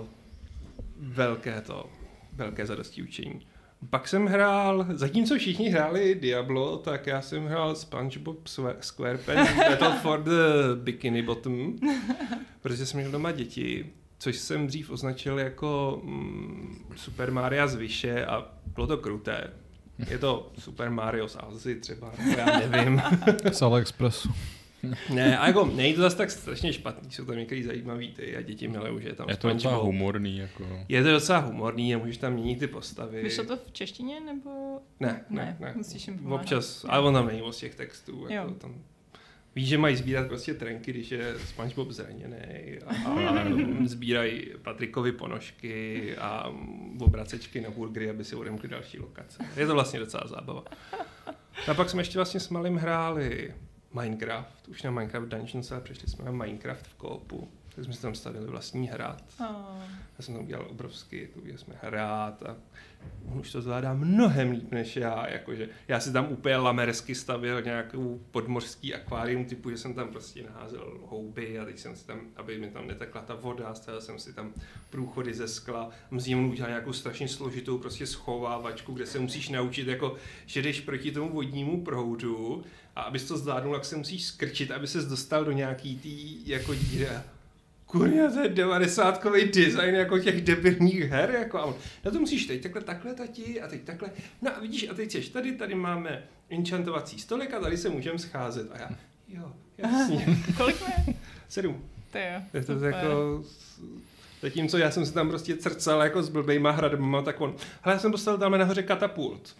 velké zadosti učení. Pak jsem hrál, zatímco všichni hráli Diablo, tak já jsem hrál SpongeBob SquarePants Battle for the Bikini Bottom, protože jsem měl doma děti, což jsem dřív označil jako Super Mario z Vyše a bylo to kruté. Je to Super Mario z Alzy třeba, já nevím. Z AliExpressu. Ne, a jako není to zase tak strašně špatný, jsou tam některý zajímavý ty a děti milujou, že je tam je to docela humorný. Jako... Je to docela humorný a můžeš tam měnit ty postavy. Vyšlo to v češtině nebo? Ne. Musíš jim pomáhat. Občas, ale on tam není moc těch textů. Jako tam... Víš, že mají sbírat prostě trenky, když je SpongeBob zraněný a sbírají Patrikovi ponožky a obracečky na burgery, aby si odemkli další lokace. Je to vlastně docela zábava. A pak jsme ještě vlastně s malým hráli Minecraft, už na Minecraft Dungeons, ale přešli jsme na Minecraft v koopu. Tak jsme si tam stavili vlastní hrad. Já jsem tam udělal obrovský, jako jsme hrát a on už to zvládá mnohem líp než já. Jakože já si tam úplně lamersky stavil nějakou podmořský akvárium typu, že jsem tam prostě naházel houby a teď jsem si tam, aby mi tam netekla ta voda, stavil jsem si tam průchody ze skla. Mezi mnou udělal nějakou strašně složitou prostě schovávačku, kde se musíš naučit, jako, že jdeš proti tomu vodnímu proudu a abys to zvládnul, tak se musíš skrčit, aby ses dostal do nějaký tý jako díry. Kurňa, to je 90kový design jako těch debilních her, jako, a na to musíš teď takhle tati a teď takhle, no a vidíš, a teď seš tady máme enchantovací stolek a tady se můžeme scházet a já, jo, jasně. Kolik je? 7. Ty jo. Je to jako, zatímco já jsem se tam prostě crcal jako s blbejma hradbama, tak on, hele, já jsem postavil tamhle nahoře katapult.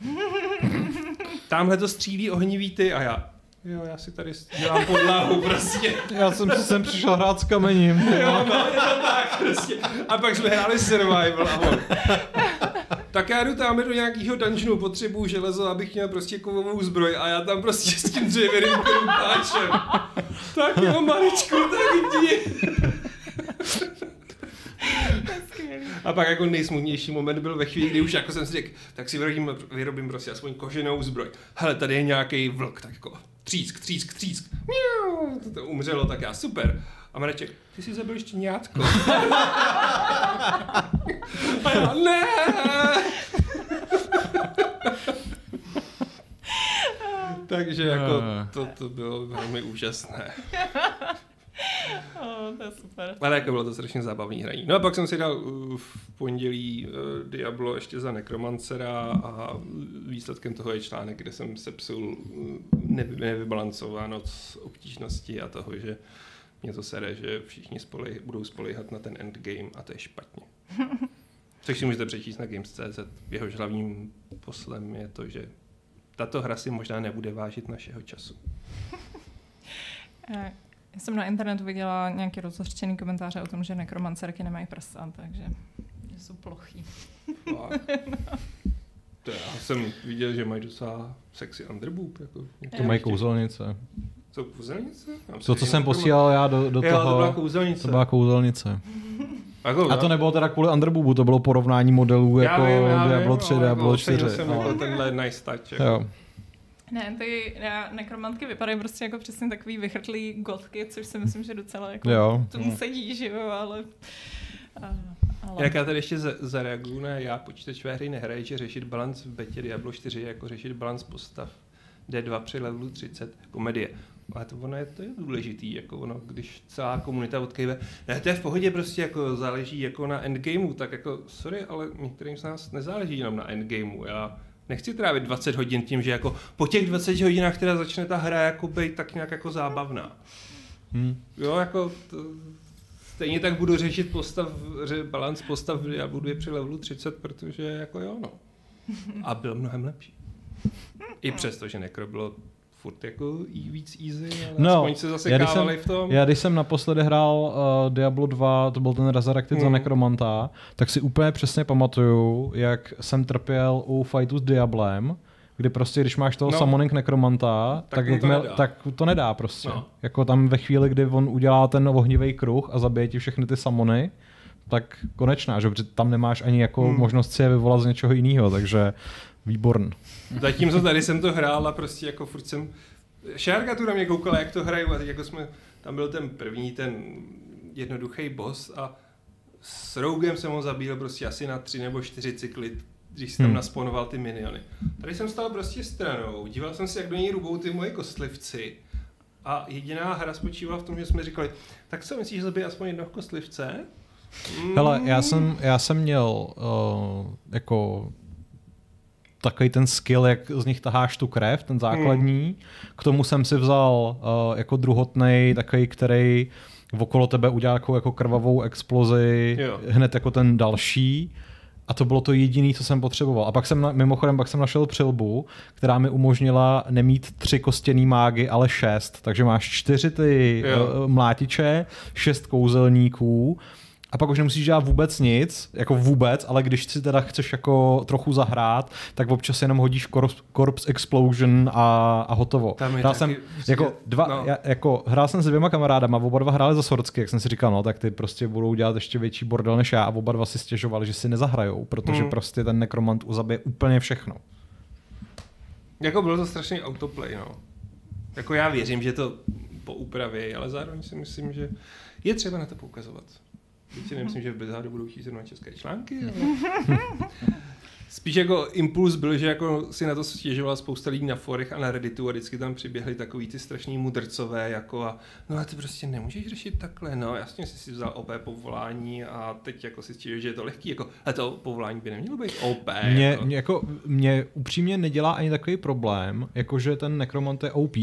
Tamhle to střílí ohnivý ty a já si tady dělám podlahu prostě. Já jsem si sem přišel hrát s kamením. Jo, no, je to tak prostě. A pak jsme hráli survival a on. Tak já jdu tam do nějakého dungeonu, potřebuju železo, abych měl prostě kovovou zbroj a já tam prostě s tím dřevěným krumpáčem. Tak jo, Maričku, tak jdi. A pak jako nejsmutnější moment byl ve chvíli, kdy už jako jsem si řekl, tak si vyrobím prostě aspoň koženou zbroj. Hele, tady je nějaký vlk, tak jako třísk. Miau, to umřelo, tak já super. A Mareček, ty jsi zabil štěňátko. A já, ne. Takže jako to bylo velmi úžasné. To je super. Ale jako bylo to strašně zábavný hraní. No a pak jsem si dal v pondělí Diablo ještě za Necromancera a výsledkem toho je článek, kde jsem sepsul nevybalancovanost obtížnosti a toho, že mě to sere, že všichni budou spoléhat na ten endgame a to je špatně. Což si můžete přečíst na Games.cz. Jehož hlavním poslem je to, že tato hra si možná nebude vážit našeho času. Já jsem na internetu viděla nějaký rozhořčený komentáře o tom, že nekromancerky nemají prsa, takže jsou plochý. To já jsem viděl, že mají docela sexy underboob. Jako to mají kouzelnice. Jsou kouzelnice? To, co jsem posílal já do toho... To byla kouzelnice. To byla kouzelnice. A to nebylo teda kvůli Underboobu, to bylo porovnání modelů jako Diablo 3, Diablo 4. Jsem jako tenhle nice touch. Jako. Jo. Ne, ty nekromantky vypadají prostě jako přesně takový vychrtlý gothky, což si myslím, že docela jako tomu sedí, že jo, ale... Jak já tady ještě zareaguju na já počítačové hry nehraji, že řešit balans v betě Diablo 4 jako řešit balans postav D2 při levelu 30 komedie. Ale to je důležitý, jako ono, když celá komunita odkejve, ne, to je v pohodě, prostě jako záleží jako na endgameu, tak jako sorry, ale některým z nás nezáleží jenom na endgameu. Já nechci trávit 20 hodin tím, že jako po těch 20 hodinách teda začne ta hra jako být tak nějak jako zábavná. Jo, jako stejně tak budu řešit balans postav v Diablu 2 při levelu 30, protože jako jo, no. A byl mnohem lepší. I přesto, že Necro bylo furt jako víc easy, ale aspoň se zase kávali v tom. Já když jsem naposledy hrál Diablo 2, to byl ten Resurrected za Necromanta, tak si úplně přesně pamatuju, jak jsem trpěl u fightu s Diablem, kdy prostě, když máš toho summoning Necromanta, tak to nedá prostě. No. Jako tam ve chvíli, kdy on udělá ten ohnivý kruh a zabije ti všechny ty summony, tak konečná, že? Protože tam nemáš ani jako možnost si je vyvolat z něčeho jiného, takže výborný. Zatímco tady jsem to hrál a prostě jako furt jsem... Šárka tu na mě koukala, jak to hraju a teď jako tam byl ten první, ten jednoduchý boss a s Rougem jsem ho zabíjel prostě asi na 3 nebo 4 cykly, když jsem tam nasponoval ty miniony. Tady jsem stál prostě stranou, díval jsem si, jak do něj rubou ty moje kostlivci a jediná hra spočívala v tom, že jsme říkali, tak co myslíš, že zabije aspoň jednoho kostlivce? Hele, já jsem měl jako takový ten skill, jak z nich taháš tu krev, ten základní. K tomu jsem si vzal jako druhotnej, takový, který okolo tebe udělá jako krvavou explozi, hned jako ten další. A to bylo to jediné, co jsem potřeboval. A pak jsem mimochodem našel přilbu, která mi umožnila nemít 3 kostěný mágy, ale 6. Takže máš 4 ty mlátiče, 6 kouzelníků. A pak už nemusíš dělat vůbec nic, jako vůbec, ale když si teda chceš jako trochu zahrát, tak občas jenom hodíš Corpse Explosion a hotovo. Hrál jsem s 2 kamarádama, oba dva hráli za swordsky, jak jsem si říkal, no tak ty prostě budou dělat ještě větší bordel než já a oba dva si stěžovali, že si nezahrajou, protože prostě ten nekromant uzabije úplně všechno. Jako bylo to strašný autoplay, no. Jako já věřím, že to poupraví, ale zároveň si myslím, že je třeba na to poukazovat. Teď si nemyslím, že v Blizzardu budou chtít zrovna české články, ale... Spíš jako impuls byl, že jako si na to stěžovala spousta lidí na forech a na Redditu a vždycky tam přiběhli takový ty strašní mudrcové jako a no a ty prostě nemůžeš řešit takhle, no jasně jsi si vzal OP povolání a teď jako si stěžuješ, že je to lehký, jako a to povolání by nemělo být OP. Mě upřímně nedělá ani takový problém, jakože ten nekromant je OP,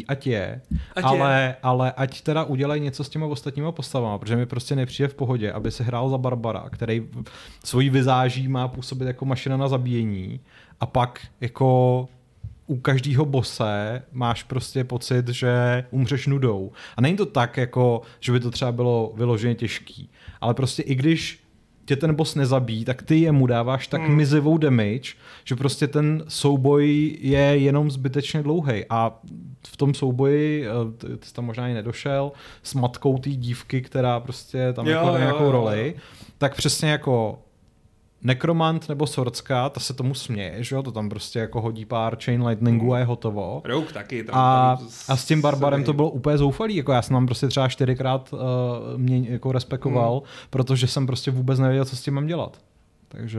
ale ať teda udělají něco s těma ostatníma postavama, protože mi prostě nepřijde v pohodě, aby se hrál za Barbara, který svojí vizáží má působit jako mašina na zabíjení a pak jako u každého bose máš prostě pocit, že umřeš nudou. A není to tak, jako, že by to třeba bylo vyloženě těžký, ale prostě i když tě ten boss nezabíjí, tak ty jemu dáváš tak mizivou damage, že prostě ten souboj je jenom zbytečně dlouhej. A v tom souboji, ty jsi tam možná i nedošel, s matkou té dívky, která prostě tam jako nějakou roli, tak přesně jako Nekromant nebo Swordska, ta se tomu směje, že jo? To tam prostě jako hodí pár chain lightningů a je hotovo. Rogue taky. A s tím Barbarem to bylo úplně zoufalý, jako já jsem tam prostě třeba 4krát mě jako respekoval, protože jsem prostě vůbec nevěděl, co s tím mám dělat. Takže...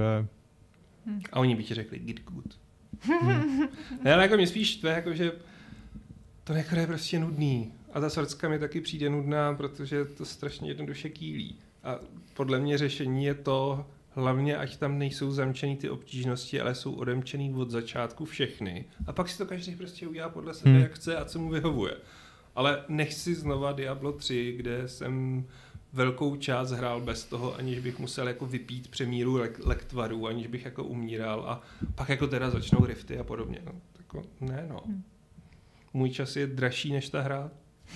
A oni by ti řekli, get good. Ne, ale jako mě spíš to je jako, že to Necro je prostě nudný. A ta Swordska mi taky přijde nudná, protože to strašně jednoduše kýlí. A podle mě řešení je to, hlavně, ať tam nejsou zamčený ty obtížnosti, ale jsou odemčený od začátku všechny. A pak si to každý prostě udělá podle sebe, jak chce a co mu vyhovuje. Ale nechci znova Diablo 3, kde jsem velkou část hrál bez toho, aniž bych musel jako vypít přemíru lektvarů, aniž bych jako umíral a pak jako teda začnou rifty a podobně. No, tako, ne no. Můj čas je dražší než ta hra.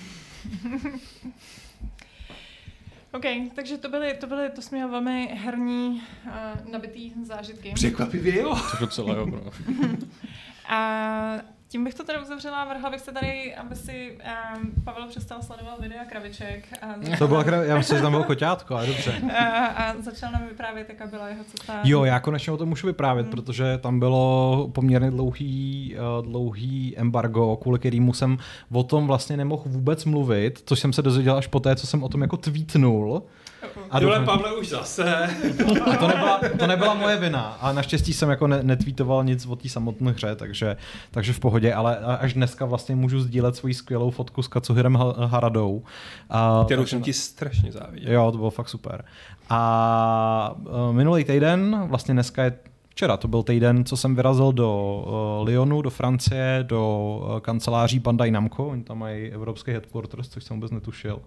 OK, takže to jsme měli velmi herní, nabitý zážitky. Překvapivě jo. To celé, jo. A Tím bych to teda uzavřela, vrhla bych se tady, aby si Pavel přestal sledovat videa kraviček. To bylo já myslím, že tam bylo koťátko, ale dobře. A začal nám vyprávět, jaká byla jeho cesta. Jo, já konečně o tom můžu vyprávět, protože tam bylo poměrně dlouhý embargo, kvůli kterému jsem o tom vlastně nemohl vůbec mluvit, což jsem se dozvěděl až poté, co jsem o tom jako tweetnul. A Dole Pavle už zase. A to nebyla moje vina. A naštěstí jsem jako netweetoval nic o té samotné hře, takže v pohodě, ale až dneska vlastně můžu sdílet svoji skvělou fotku s Katsuhirem Haradou. Kterou jsem ti strašně záviděl. Jo, to bylo fakt super. A minulý týden, vlastně dneska je včera, to byl týden, co jsem vyrazil do Lyonu, do Francie, do kanceláří Bandai Namco, oni tam mají evropský headquarters, což jsem vůbec netušil.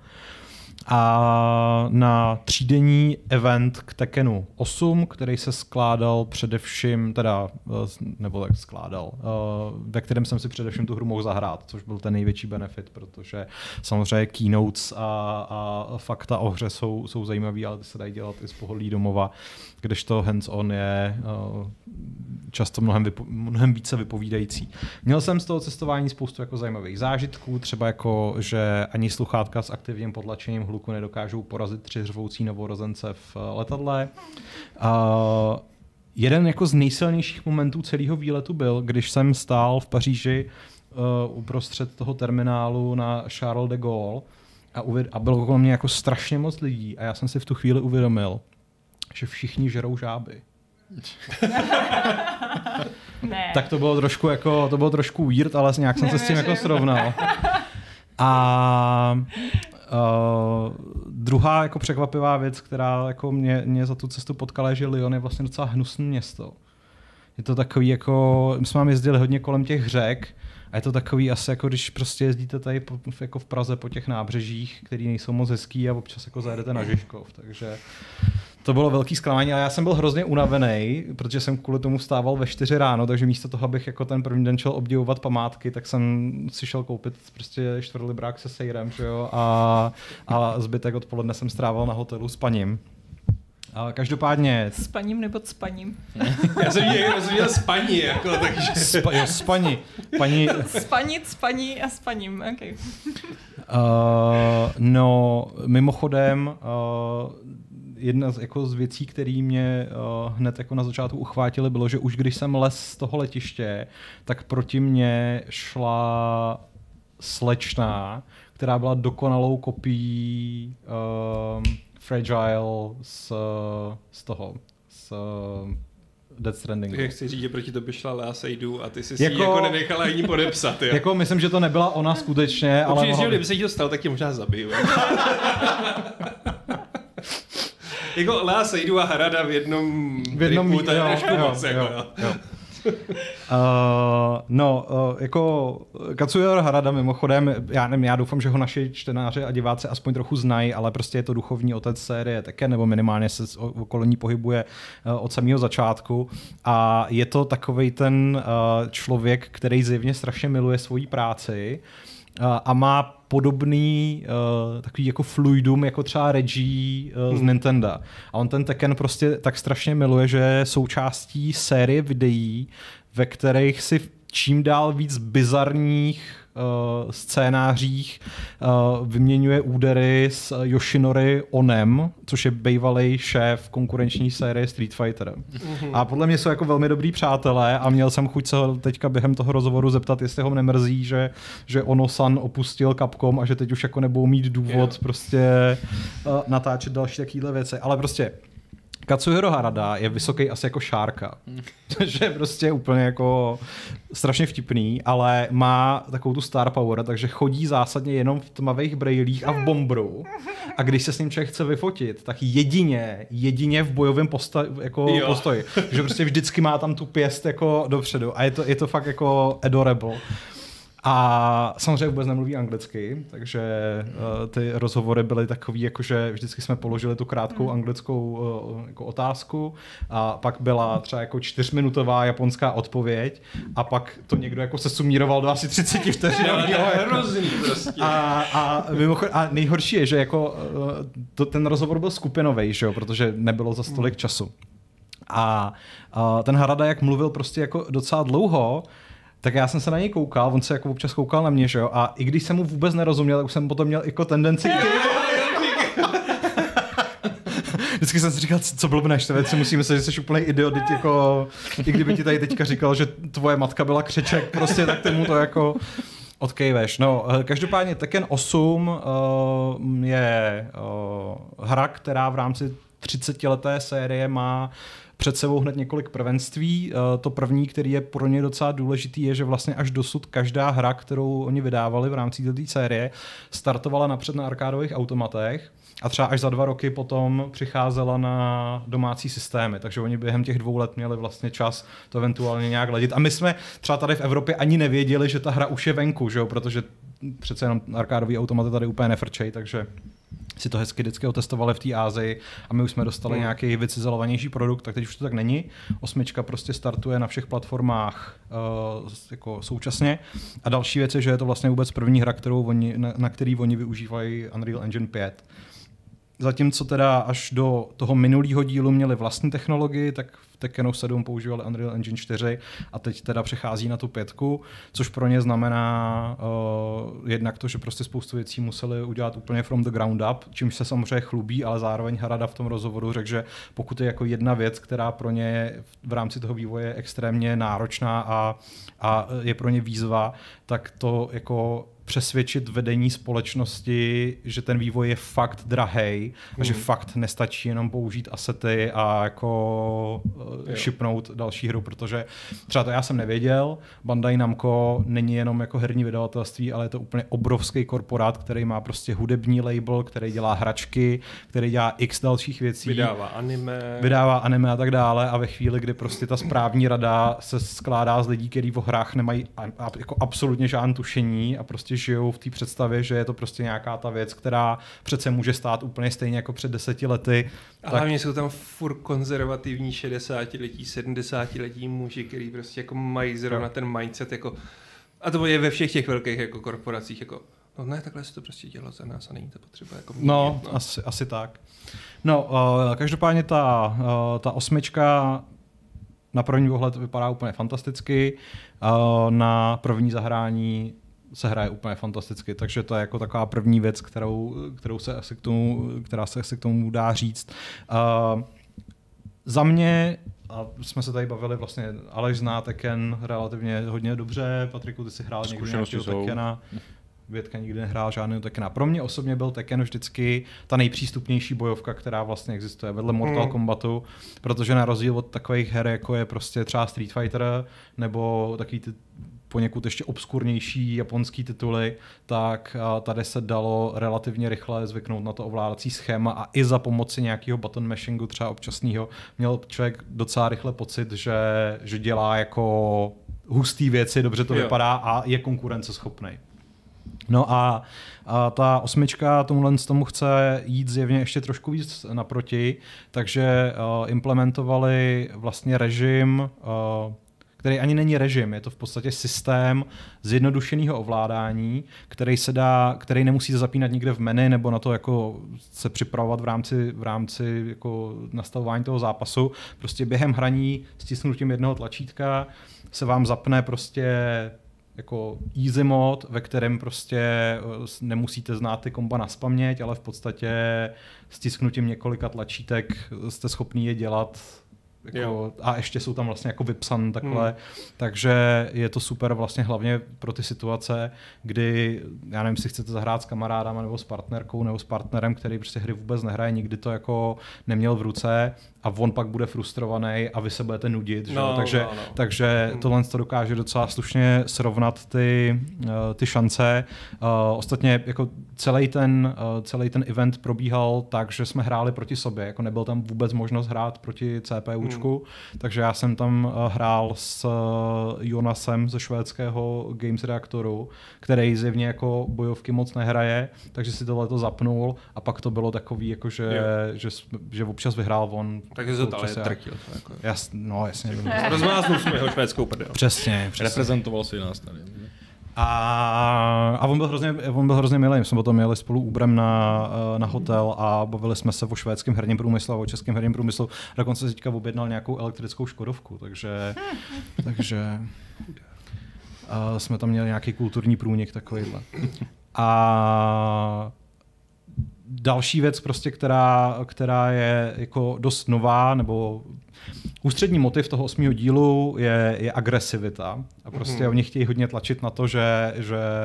A na 3denní event k Tekkenu 8, který se skládal především, ve kterém jsem si především tu hru mohl zahrát, což byl ten největší benefit, protože samozřejmě keynotes a fakta o hře jsou zajímavý, ale ty se dají dělat i z pohodlí domova, kdežto hands-on je často mnohem více vypovídající. Měl jsem z toho cestování spoustu jako zajímavých zážitků, třeba jako, že ani sluchátka s aktivním potlačením hluku nedokážou porazit 3 řvoucí novorozence v letadle. Jeden jako z nejsilnějších momentů celého výletu byl, když jsem stál v Paříži uprostřed toho terminálu na Charles de Gaulle a bylo okolo mě jako strašně moc lidí a já jsem si v tu chvíli uvědomil, že všichni žerou žáby. Ne. Tak to bylo trošku weird, ale nějak jsem se s tím jako srovnal. A druhá jako překvapivá věc, která jako mě za tu cestu potkala, je, že Lyon je vlastně docela hnusné město. Je to takový jako, my jsme tam jezdili hodně kolem těch řek a je to takový asi jako když prostě jezdíte tady jako v Praze po těch nábřežích, který nejsou moc hezký a občas jako zajedete na Žižkov, takže to bylo velký zklamání, ale já jsem byl hrozně unavený, protože jsem kvůli tomu vstával ve 4 ráno, takže místo toho, abych jako ten první den šel obdivovat památky, tak jsem si šel koupit prostě čtvrtlibrák se sejrem, že jo, a zbytek odpoledne jsem strávil na hotelu s paním. A každopádně... S paním nebo s paním? Já jsem měl s paní, jako, takže... S paní. Spanit, s paní a s paním, okay. No, mimochodem, jedna z věcí, které mě hned jako na začátku uchvátily, bylo, že už když jsem les z toho letiště, tak proti mně šla slečna, která byla dokonalou kopií Fragile z Death Strandingu. Jak chci říct, že proti tobě šla Lea Seydoux a ty jsi si jako nenechala ani podepsat. Jo? Jako myslím, že to nebyla ona skutečně, ale... Určitě, kdyby se jí dostal, tak tě možná zabiju. Jako Lea Seydoux a Harada v jednom tripu, to je trošku moc. Jako Katsuhiro Harada mimochodem, já doufám, že ho naši čtenáři a diváci aspoň trochu znají, ale prostě je to duchovní otec série Tekken, nebo minimálně se okolo ní pohybuje od samého začátku a je to takovej ten člověk, který zjevně strašně miluje svoji práci a má podobný takový jako fluidum, jako třeba Reggie z Nintendo. A on ten Tekken prostě tak strašně miluje, že je součástí série videí, ve kterých si čím dál víc bizarních scénářích vyměňuje údery s Yoshinori Onem, což je bývalý šéf konkurenční série Street Fighter. A podle mě jsou jako velmi dobrý přátelé a měl jsem chuť se teďka během toho rozhovoru zeptat, jestli ho nemrzí, že Ono-san opustil Capcom a že teď už jako nebudou mít důvod prostě natáčet další takovýhle věci. Ale prostě Katsuhiro Harada je vysoký asi jako šárka. Že je prostě úplně jako strašně vtipný, ale má takovou tu star power, takže chodí zásadně jenom v tmavých brejlích a v bombru. A když se s ním člověk chce vyfotit, tak jedině v bojovém postoji. Že prostě vždycky má tam tu pěst jako dopředu. A je to fakt jako adorable. A samozřejmě vůbec nemluví anglicky, takže ty rozhovory byly takový, jakože vždycky jsme položili tu krátkou anglickou jako otázku a pak byla třeba jako 4minutová japonská odpověď a pak to někdo jako se sumíroval do asi 30 vteřin. Hrozný prostě. A nejhorší je, že jako ten rozhovor byl skupinový, že jo, protože nebylo za tolik času. A ten Harada, jak mluvil prostě jako docela dlouho, Tak já jsem se na něj koukal, on se jako občas koukal na mě, že jo, a i když jsem mu vůbec nerozuměl, tak už jsem potom měl jako tendenci vždycky jsem si říkal, co blbneš, to věci musím myslet, že jsi úplný idiot, jako, i kdyby ti tady teďka říkal, že tvoje matka byla křeček, prostě tak tomu to jako odkejveš. No, každopádně Tekken 8 je hra, která v rámci 30leté série má před sebou hned několik prvenství. To první, který je pro ně docela důležitý, je, že vlastně až dosud každá hra, kterou oni vydávali v rámci této série, startovala napřed na arkádových automatech a třeba až za 2 roky potom přicházela na domácí systémy, takže oni během těch 2 let měli vlastně čas to eventuálně nějak ladit. A my jsme třeba tady v Evropě ani nevěděli, že ta hra už je venku, že jo? Protože přece jenom arkádový automaty tady úplně nefrčej, takže si to hezky vždycky otestovali v té Ázii a my už jsme dostali nějaký vycizelovanější produkt, tak teď už to tak není. 8 prostě startuje na všech platformách jako současně. A další věc je, že je to vlastně vůbec první hra, na který oni využívají Unreal Engine 5. Zatímco teda až do toho minulého dílu měli vlastní technologii, tak v Tekkenu 7 používali Unreal Engine 4 a teď teda přechází na tu 5, což pro ně znamená jednak to, že prostě spoustu věcí museli udělat úplně from the ground up, čímž se samozřejmě chlubí, ale zároveň Harada v tom rozhovoru řekl, že pokud je jako jedna věc, která pro ně v rámci toho vývoje je extrémně náročná a je pro ně výzva, tak to jako přesvědčit vedení společnosti, že ten vývoj je fakt drahej a že fakt nestačí jenom použít asety a jako shipnout další hru, protože třeba to já jsem nevěděl, Bandai Namco není jenom jako herní vydavatelství, ale je to úplně obrovský korporát, který má prostě hudební label, který dělá hračky, který dělá x dalších věcí. Vydává anime a tak dále a ve chvíli, kdy prostě ta správní rada se skládá z lidí, kteří o hrách nemají jako absolutně žádné tušení a prostě žijou v té představě, že je to prostě nějaká ta věc, která přece může stát úplně stejně jako před 10 lety. A hlavně jsou tam furt konzervativní 60letí, 70letí muži, který prostě jako mají zrovna ten mindset jako, a to je ve všech těch velkých jako korporacích jako, no ne, takhle se to prostě dělo za nás a není to potřeba jako měnit, no. Asi tak. No, každopádně ta 8 na první pohled vypadá úplně fantasticky, na první zahrání se hraje úplně fantasticky, takže to je jako taková první věc, která se asi k tomu dá říct. Za mě, a jsme se tady bavili vlastně, Aleš zná Tekken relativně hodně dobře, Patriku, ty jsi hrál někdy nějakého Tekkena. Větka nikdy nehrál žádného Tekkena. Pro mě osobně byl Tekken vždycky ta nejpřístupnější bojovka, která vlastně existuje vedle Mortal Kombatu, protože na rozdíl od takových her, jako je prostě třeba Street Fighter, nebo takový ty poněkud ještě obskurnější japonský tituly, tak tady se dalo relativně rychle zvyknout na to ovládací schéma a i za pomoci nějakého button mashingu třeba občasného měl člověk docela rychle pocit, že dělá jako hustý věci, dobře to vypadá a je konkurenceschopný. No a ta 8 tomu chce jít zjevně ještě trošku víc naproti, takže implementovali vlastně režim, který ani není režim, je to v podstatě systém zjednodušeného ovládání, který nemusíte zapínat nikde v menu nebo na to jako se připravovat v rámci jako nastavování toho zápasu. Prostě během hraní stisknutím jednoho tlačítka se vám zapne prostě jako easy mod, ve kterém prostě nemusíte znát ty komba nazpaměť, ale v podstatě stisknutím několika tlačítek jste schopný je dělat jako, a ještě jsou tam vlastně jako vypsané takhle, takže je to super vlastně hlavně pro ty situace, kdy, já nevím, si chcete zahrát s kamarádama nebo s partnerkou nebo s partnerem, který prostě hry vůbec nehraje, nikdy to jako neměl v ruce a on pak bude frustrovaný a vy se budete nudit, takže tohle to dokáže docela slušně srovnat ty šance. Ostatně jako celý ten event probíhal tak, že jsme hráli proti sobě, jako nebyl tam vůbec možnost hrát proti CPUčku, takže já jsem tam hrál s Jonasem ze švédského Games Reaktoru, který zjevně jako bojovky moc nehraje, takže si tohleto zapnul a pak to bylo takový, jako že občas vyhrál on. Takže to ale trtil. Jako. Jasně. Rozmáznul jsme jeho švédskou prdel. Přesně. Reprezentoval si nás tady. A on byl hrozně milý. My jsme potom jeli spolu Uberem na hotel a bavili jsme se o švédském herním průmyslu a o českém herním průmyslu. Dokonce si teďka objednal nějakou elektrickou Škodovku, takže jsme tam měli nějaký kulturní průnik takovýhle. A další věc, prostě, která je jako dost nová, nebo ústřední motiv toho 8. dílu je agresivita. A prostě oni chtějí hodně tlačit na to, že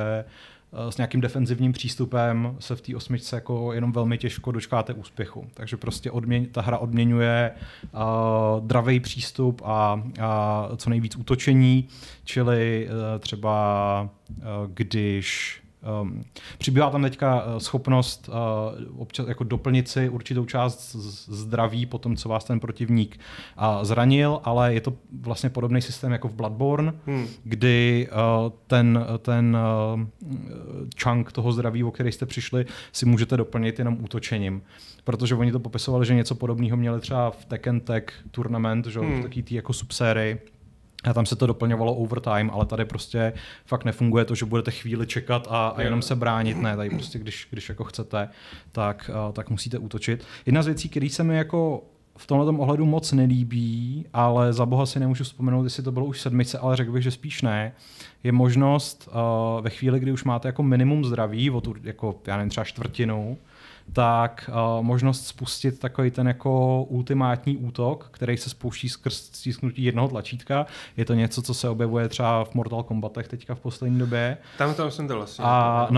s nějakým defenzivním přístupem se v té 8 jako jenom velmi těžko dočkáte úspěchu. Takže prostě ta hra odměňuje dravej přístup a co nejvíc útočení, čili třeba když přibývá tam teďka schopnost občas jako doplnit si určitou část zdraví po tom, co vás ten protivník zranil, ale je to vlastně podobný systém jako v Bloodborne, kdy ten chunk toho zdraví, o který jste přišli, si můžete doplnit jenom útočením. Protože oni to popisovali, že něco podobného měli třeba v Tekken Tag Tournament, že v takové té jako subsérii. A tam se to doplňovalo overtime, ale tady prostě fakt nefunguje to, že budete chvíli čekat a jenom se bránit. Ne, tady prostě když jako chcete, tak musíte útočit. Jedna z věcí, které se mi jako v tomhle ohledu moc nelíbí, ale za boha si nemůžu vzpomenout, jestli to bylo už v 7, ale řekl bych, že spíš ne, je možnost ve chvíli, kdy už máte jako minimum zdraví, o tu, jako, já nevím, třeba čtvrtinu, tak možnost spustit takový ten jako ultimátní útok, který se spouští skrz stisknutí jednoho tlačítka. Je to něco, co se objevuje třeba v Mortal Kombatech teďka v poslední době. Tam jsem to vlastně.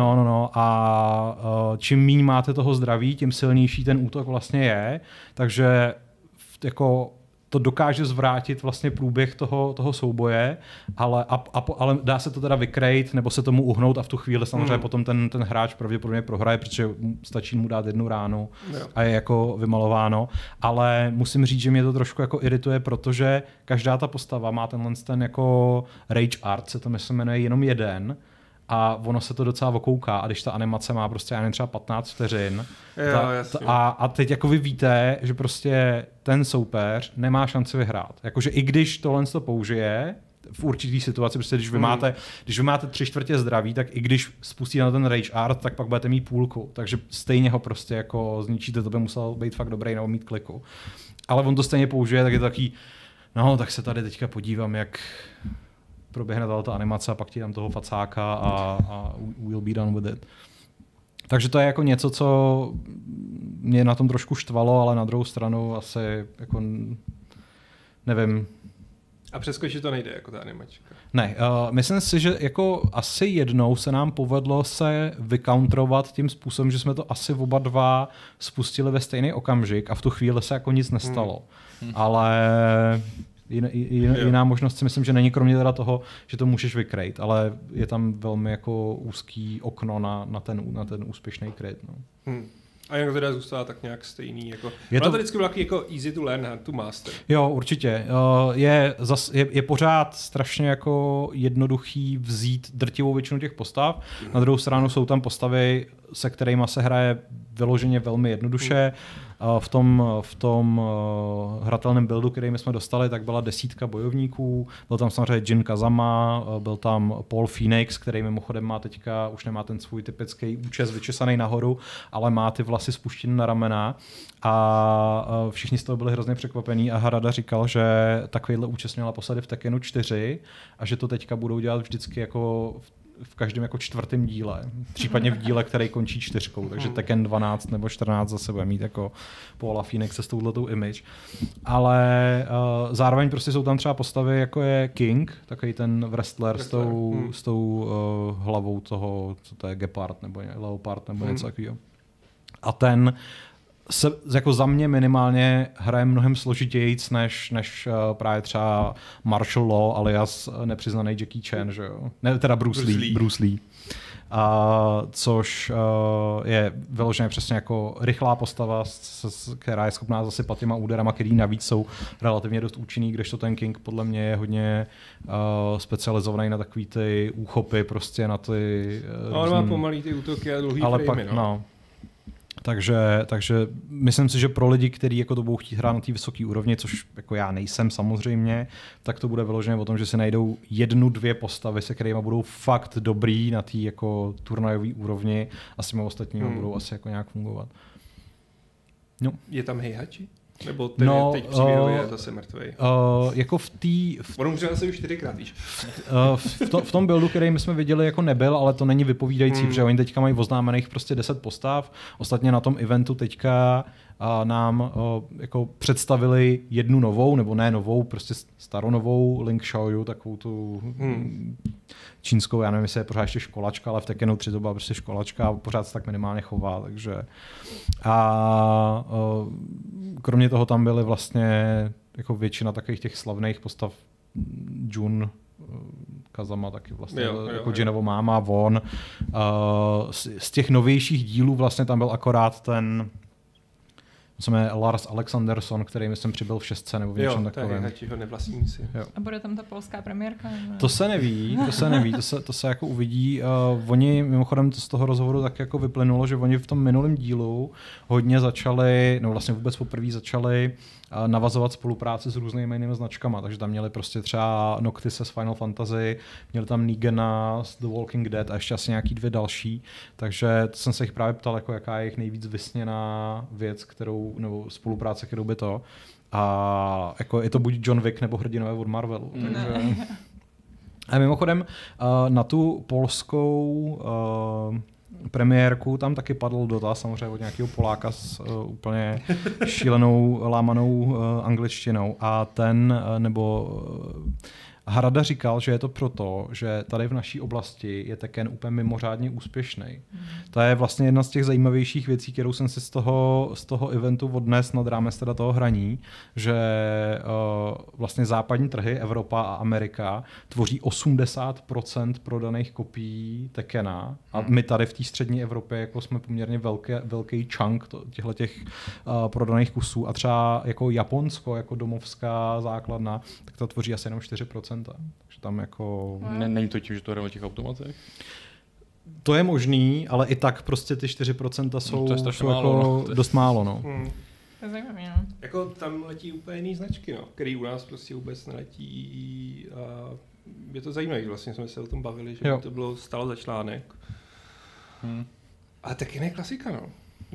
A čím míň máte toho zdraví, tím silnější ten útok vlastně je. Takže jako to dokáže zvrátit vlastně průběh toho souboje, ale dá se to teda vykrejt nebo se tomu uhnout a v tu chvíli samozřejmě potom ten hráč pravděpodobně prohraje, protože stačí mu dát jednu ránu a je jako vymalováno. Ale musím říct, že mě to trošku jako irituje, protože každá ta postava má ten jako rage art, se to myslím jmenuje jenom jeden, a ono se to docela okouká a když ta animace má prostě já nevím, třeba 15 vteřin a teď jako vy víte, že prostě ten soupeř nemá šanci vyhrát. Jakože i když tohle to použije v určitý situaci, prostě když vy máte 3/4 zdraví, tak i když spustíte na ten rage art, tak pak budete mít půlku. Takže stejně ho prostě jako zničíte, to by musel být fakt dobrý nebo mít kliku. Ale on to stejně použije, tak je to taký, no tak se tady teďka podívám, jak proběhne ta animace a pak ti tam toho facáka a we'll be done with it. Takže to je jako něco, co mě na tom trošku štvalo, ale na druhou stranu asi jako nevím. A přeskočit to nejde jako ta animačka. Ne, myslím si, že jako asi jednou se nám povedlo se vycountrovat tím způsobem, že jsme to asi oba dva spustili ve stejný okamžik a v tu chvíli se jako nic nestalo. Ale jiná možnost si myslím, že není kromě teda toho, že to můžeš vykrejt, ale je tam velmi jako úzký okno na ten úspěšný kryt. No. A jak to teda zůstává tak nějak stejný? Jako, to vždycky bylo jako easy to learn, hard to master. Jo, určitě. Je pořád strašně jako jednoduchý vzít drtivou většinu těch postav. Na druhou stranu jsou tam postavy, se kterými se hraje vyloženě velmi jednoduše. V tom hratelném buildu, který my jsme dostali, tak byla 10 bojovníků. Byl tam samozřejmě Jin Kazama, byl tam Paul Phoenix, který mimochodem má teďka, už nemá ten svůj typický účes vyčesaný nahoru, ale má ty vlasy spuštěny na ramena. A všichni z toho byli hrozně překvapení a Harada říkal, že takovýhle účes měla posadit v Tekkenu 4 a že to teďka budou dělat vždycky jako v každém jako 4. díle. Případně v díle, který končí 4. Takže Tekken 12 nebo 14 zase bude mít jako Paula Phoenixe s touhletou image. Ale zároveň prostě jsou tam třeba postavy, jako je King, takový ten wrestler s tou hlavou toho, co to je, Gepard nebo Leopard nebo něco takového. A ten se jako za mě minimálně hraje mnohem složitějíc než právě třeba Martial Law alias nepřiznaný Jackie Chan, že jo? Ne, teda Bruce Lee. Což je vyloženě přesně jako rychlá postava, která je schopná zasypat těma úderama, který navíc jsou relativně dost účinný, kdežto ten King podle mě je hodně specializovaný na takový ty úchopy, prostě na ty... on má pomalý ty útoky a dlouhý framey, no. Takže myslím si, že pro lidi, kteří jako to budou chtít hrát na té vysoké úrovni, což jako já nejsem samozřejmě, tak to bude vyložené o tom, že si najdou 1-2 postavy, se kterými budou fakt dobrý na té jako turnajové úrovni a s těmi ostatními budou asi jako nějak fungovat. No. Je tam Heihachi? Nebo ten je teď příběhově zase mrtvej? Jako On umřel asi už 4krát, víš. v tom buildu, který my jsme viděli, jako nebyl, ale to není vypovídající, protože oni teďka mají oznámených prostě 10 postav. Ostatně na tom eventu teďka nám jako představili jednu novou, nebo ne novou, prostě staronovou Link Xiaoyu, takovou tu čínskou, já nevím, jestli je pořád ještě školačka, ale v Tekkenu 3 to byla prostě školačka a pořád se tak minimálně chová, takže kromě toho tam byly vlastně jako většina takových těch slavných postav Jun, Kazama taky vlastně, jako Jinovo máma, Von. Z těch novějších dílů vlastně tam byl akorát ten se jmenuje Lars Alexandersson, který myslím přibyl v 6 nebo v něčem takovém. Jo, to je nevlastníci. A bude tam ta polská premiérka? Nebo? To se neví, to se jako uvidí. Oni mimochodem z toho rozhovoru tak jako vyplynulo, že oni v tom minulém dílu hodně začali, no vlastně vůbec poprvé začali navazovat spolupráci s různými jinými značkama, takže tam měli prostě třeba Noctise z Final Fantasy, měli tam Negana z The Walking Dead a ještě asi nějaký 2 další, takže to jsem se jich právě ptal, jako jaká je jich nejvíc vysněná věc, nebo spolupráce, kterou by to. A jako je to buď John Wick nebo Hrdinové od Marvelu. Takže... A mimochodem na tu polskou premiérku tam taky padl dotaz samozřejmě od nějakého Poláka s úplně šílenou lámanou angličtinou a Harada říkal, že je to proto, že tady v naší oblasti je Tekken úplně mimořádně úspěšný. To je vlastně jedna z těch zajímavějších věcí, kterou jsem si z toho eventu odnes nad rámec teda toho hraní, že vlastně západní trhy, Evropa a Amerika, tvoří 80% prodaných kopií Tekkena a my tady v té střední Evropě jako jsme poměrně velký chunk těch prodaných kusů a třeba jako Japonsko, jako domovská základna, tak to tvoří asi jenom 4%. Takže tam jako... Není to tím, že to hraje na těch automatech? To je možný, ale i tak prostě ty 4% jsou, to je málo, jako dost málo. No. To je zajímavé, no. Jako tam letí úplně jiný značky, no, který u nás prostě vůbec neletí a je to zajímavé, vlastně jsme se o tom bavili, že to bylo stálo za článek. A taky je klasika, no.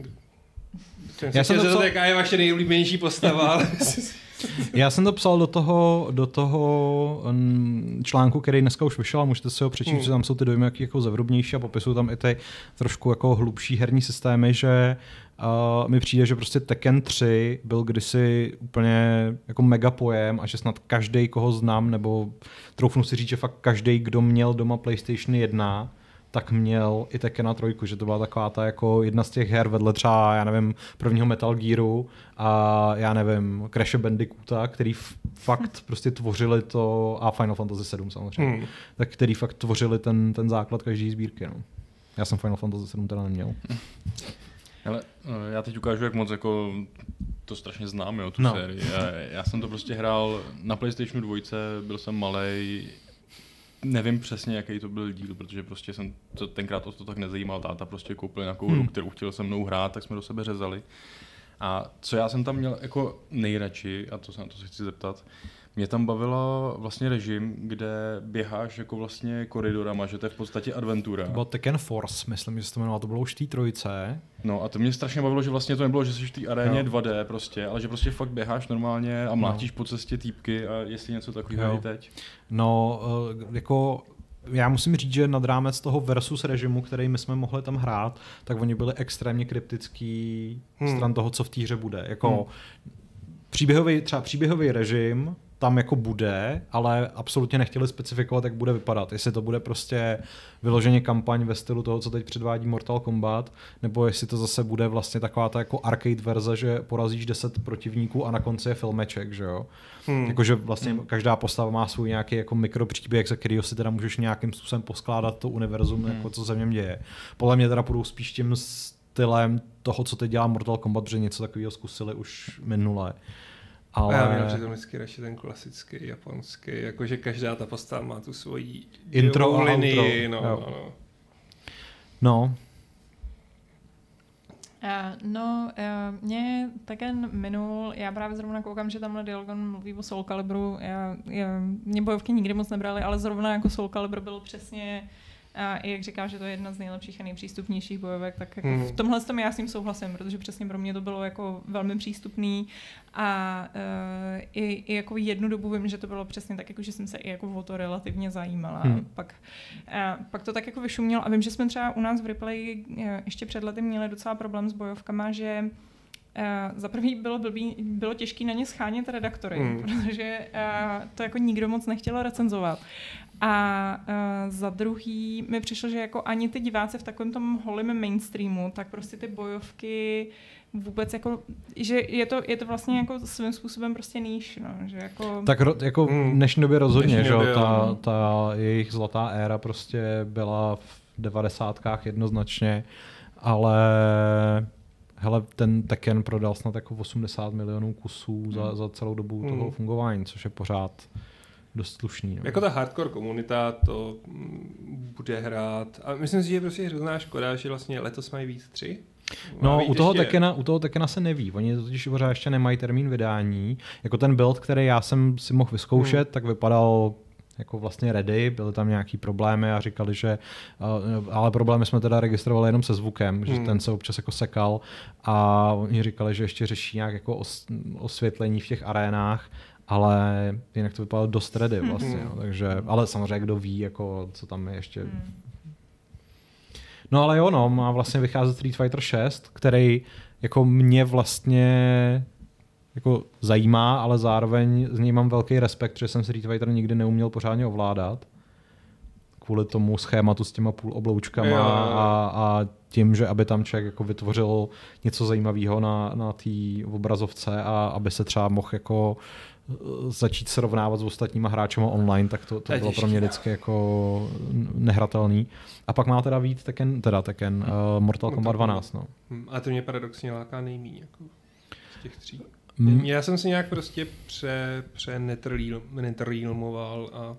Já jsem to psal... jaká je vaše nejoblíbenější postava, ale... Já jsem to psal do toho článku, který dneska už vyšel a můžete si ho přečíst, že tam jsou ty dojmy jako zevrubnější a popisují tam i ty trošku jako hlubší herní systémy, že mi přijde, že prostě Tekken 3 byl kdysi úplně jako mega pojem a že snad každej, koho znám, nebo troufnu si říct, že fakt každej, kdo měl doma PlayStation 1, tak měl i Tekkena 3, že to byla taková ta jako jedna z těch her vedle třeba, já nevím, prvního Metal Gearu a já nevím, Crash Bandicoota, který fakt prostě tvořili to, a Final Fantasy 7 samozřejmě, tak který fakt tvořili ten základ každý sbírky. No. Já jsem Final Fantasy 7 teda neměl. Ale já teď ukážu, jak moc jako to strašně znám, jo, tu sérii. Já jsem to prostě hrál na PlayStationu 2, byl jsem malej. Nevím přesně, jaký to byl díl, protože prostě jsem to tenkrát o to tak nezajímal. Táta prostě koupil nějakou hru, kterou chtěl se mnou hrát, tak jsme do sebe řezali. A co já jsem tam měl jako nejradši, a to se chci zeptat, mě tam bavilo vlastně režim, kde běháš jako vlastně koridorama, že to je v podstatě adventura. Bylo Tekken Force, myslím, že se to jmenovalo, to bylo už v té 3. No a to mě strašně bavilo, že vlastně to nebylo, že jsi v té aréně 2D prostě, ale že prostě fakt běháš normálně a mlátíš po cestě týpky a jestli něco takového i teď. No, jako já musím říct, že nad rámec toho versus režimu, který my jsme mohli tam hrát, tak oni byli extrémně kryptický stran toho, co v té hře bude. Jako příběhový režim tam jako bude, ale absolutně nechtěli specifikovat, jak bude vypadat. Jestli to bude prostě vyloženě kampaň ve stylu toho, co teď předvádí Mortal Kombat, nebo jestli to zase bude vlastně taková ta jako arcade verze, že porazíš 10 protivníků a na konci je filmeček, že jo. Jakože vlastně každá postava má svůj nějaký jako mikropříběh, ze kterého si teda můžeš nějakým způsobem poskládat to univerzum, jako co se v něm děje. Podle mě teda půjdou spíš tím stylem toho, co teď dělá Mortal Kombat, protože něco takového zkusili už minule. Ale... Já vím, že to vždycky radši ten klasický japonský, jakože každá ta postava má tu svoji intro a linii, outro. No. Mě Tekken minul, já právě zrovna koukám, že tamhle Dialgon mluví o Soul Calibru, mě bojovky nikdy moc nebrali, ale zrovna jako Soul Calibur byl přesně A i jak říkám, že to je jedna z nejlepších a nejpřístupnějších bojovek, tak jako v tomhle tom já s tím souhlasím, protože přesně pro mě to bylo jako velmi přístupný a i jako jednu dobu vím, že to bylo přesně tak, jako že jsem se i jako o to relativně zajímala. Pak to tak jako vyšumělo a vím, že jsme třeba u nás v Ripley ještě před lety měli docela problém s bojovkama, že za prvý bylo těžké na ně schánět redaktory, protože to jako nikdo moc nechtěl recenzovat. A za druhý mi přišlo, že jako ani ty diváci v takovém tom holém mainstreamu, tak prostě ty bojovky vůbec jako, že je to vlastně jako svým způsobem prostě níž, no, že jako... Tak jako v dnešní době rozhodně, že ta jejich zlatá éra prostě byla v 90kách jednoznačně, ale hele, ten Tekken prodal snad jako 80 milionů kusů za celou dobu toho fungování, což je pořád dost slušný. No. Jako ta hardcore komunita to bude hrát a myslím si, že je prostě hrozná škoda, že vlastně letos mají víc 3. No, u toho Tekkena se neví. Oni totiž pořád ještě nemají termín vydání. Jako ten build, který já jsem si mohl vyzkoušet, tak vypadal jako vlastně ready, byly tam nějaký problémy a říkali, že ale problémy jsme teda registrovali jenom se zvukem, že ten se občas jako sekal a oni říkali, že ještě řeší nějak jako osvětlení v těch arénách, ale jinak to vypadalo dost ready vlastně, no, takže, ale samozřejmě kdo ví, jako, co tam je ještě. No ale jo, no, má vlastně vycházet Street Fighter 6, který jako mě vlastně jako zajímá, ale zároveň z něj mám velký respekt, protože jsem Street Fighter nikdy neuměl pořádně ovládat. Kvůli tomu schématu s těma půl obloučkama a tím, že aby tam člověk jako vytvořil něco zajímavého na té obrazovce a aby se třeba mohl jako začít srovnávat s ostatníma hráčema online, tak to bylo pro mě vždycky jako nehratelný. A pak má teda víc Tekken Mortal Kombat 12. No. A to mě paradoxně láká nejméně jako z těch 3. Já jsem si nějak prostě netrýlmoval a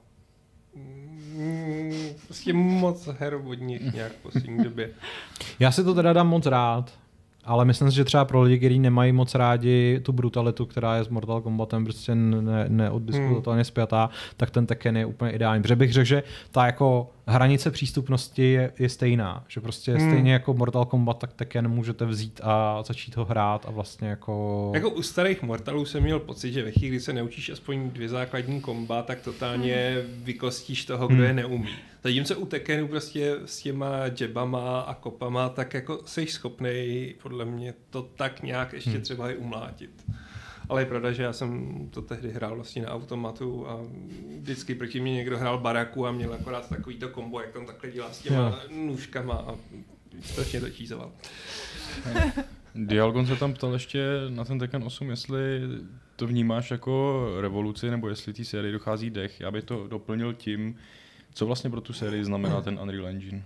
prostě moc her od nich nějak v poslední době. Já si to teda dám moc rád, ale myslím si, že třeba pro lidi, kteří nemají moc rádi tu brutalitu, která je s Mortal Kombatem prostě neoddiskutovatelně spjatá, tak ten Tekken je úplně ideální. Protože bych řekl, že ta jako hranice přístupnosti je stejná. Že prostě stejně jako Mortal Kombat, tak Tekken můžete vzít a začít ho hrát a vlastně jako... Jako u starých Mortalů jsem měl pocit, že ve chvíli, kdy se neučíš aspoň 2 základní komba, tak totálně vykostíš toho, kdo je neumí. Zatímco u Tekkenu prostě s těma jabama a kopama, tak jako seš schopnej podle mě to tak nějak ještě třeba i umlátit. Ale je pravda, že já jsem to tehdy hrál vlastně na automatu a vždycky proti mě někdo hrál baraku a měl akorát takovýto kombo, jak tam takhle dělá s těma nůžkama a strašně to čízoval. Dialgon se tam ptal ještě na ten Tekken 8, jestli to vnímáš jako revoluci, nebo jestli té sérii dochází dech. Já bych to doplnil tím, co vlastně pro tu sérii znamená ten Unreal Engine.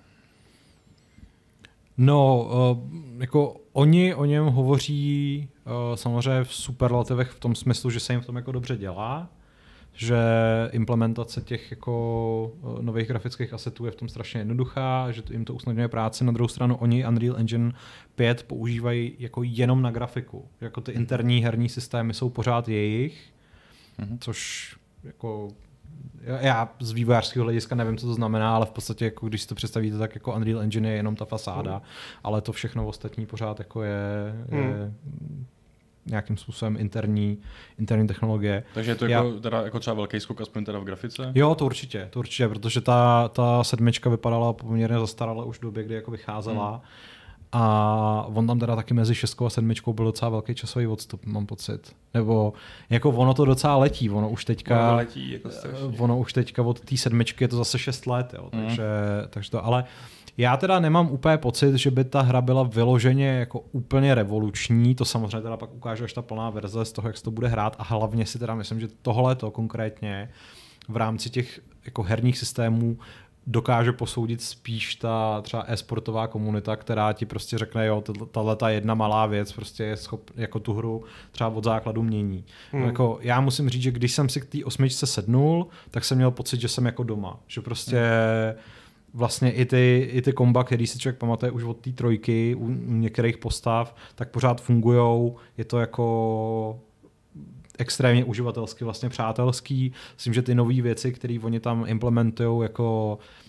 No, jako oni o něm hovoří samozřejmě v superlativech v tom smyslu, že se jim v tom jako dobře dělá, že implementace těch jako nových grafických asetů je v tom strašně jednoduchá, že jim to usnadňuje práci. Na druhou stranu oni Unreal Engine 5 používají jako jenom na grafiku. Jako ty interní herní systémy jsou pořád jejich, což jako já z vývojářského hlediska nevím, co to znamená, ale v podstatě, jako když si to představíte, tak jako Unreal Engine je jenom ta fasáda, ale to všechno ostatní pořád jako je nějakým způsobem interní technologie. Takže je to jako třeba velký skok aspoň teda v grafice? Jo, to určitě, protože ta 7 vypadala poměrně zastarale už v době, kdy jako vycházela. A on tam teda taky mezi 6 a 7 byl docela velký časový odstup, mám pocit. Nebo jako ono to docela letí, ono už teďka od té 7 je to zase 6 let, jo, takže to, ale já teda nemám úplně pocit, že by ta hra byla vyloženě jako úplně revoluční, to samozřejmě teda pak ukáže až ta plná verze z toho, jak se to bude hrát a hlavně si teda myslím, že tohleto konkrétně v rámci těch jako herních systémů dokáže posoudit spíš ta třeba e-sportová komunita, která ti prostě řekne, jo, tahleta jedna malá věc prostě je jako tu hru třeba od základu mění. Jako, já musím říct, že když jsem si k té 8 sednul, tak jsem měl pocit, že jsem jako doma. Že prostě vlastně i ty komba, který si člověk pamatuje už od té 3 u některých postav, tak pořád fungujou. Je to jako extrémně uživatelsky, vlastně přátelský. Myslím, že ty nové věci, které oni tam implementujou, jako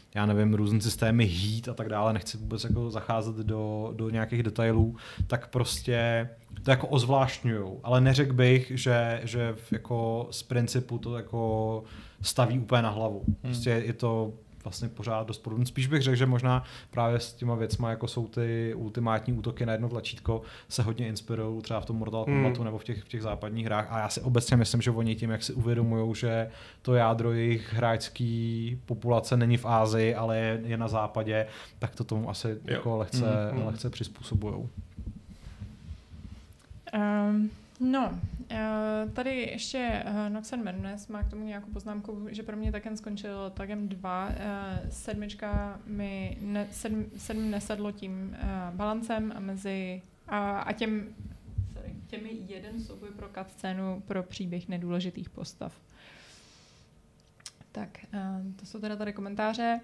já nevím, různé systémy heat a tak dále, nechci vůbec jako zacházet do nějakých detailů, tak prostě to jako ozvláštňujou, ale neřekl bych, že jako z principu to jako staví úplně na hlavu. Prostě je to vlastně pořád dost podobný. Spíš bych řekl, že možná právě s těma věcma, jako jsou ty ultimátní útoky na jedno tlačítko, se hodně inspirují třeba v tom Mortal Kombatu nebo v těch západních hrách. A já si obecně myslím, že oni tím, jak si uvědomují, že to jádro jejich hráčský populace není v Ázii, ale je na západě, tak to tomu asi jako lehce přizpůsobujou. Tady ještě Nox and Madness má k tomu nějakou poznámku, že pro mě taky skončil tagem 2. Sedmička mi nesedlo tím balancem a mezi těmi jeden souboj pro cutscénu pro příběh nedůležitých postav. Tak, to jsou teda tady komentáře.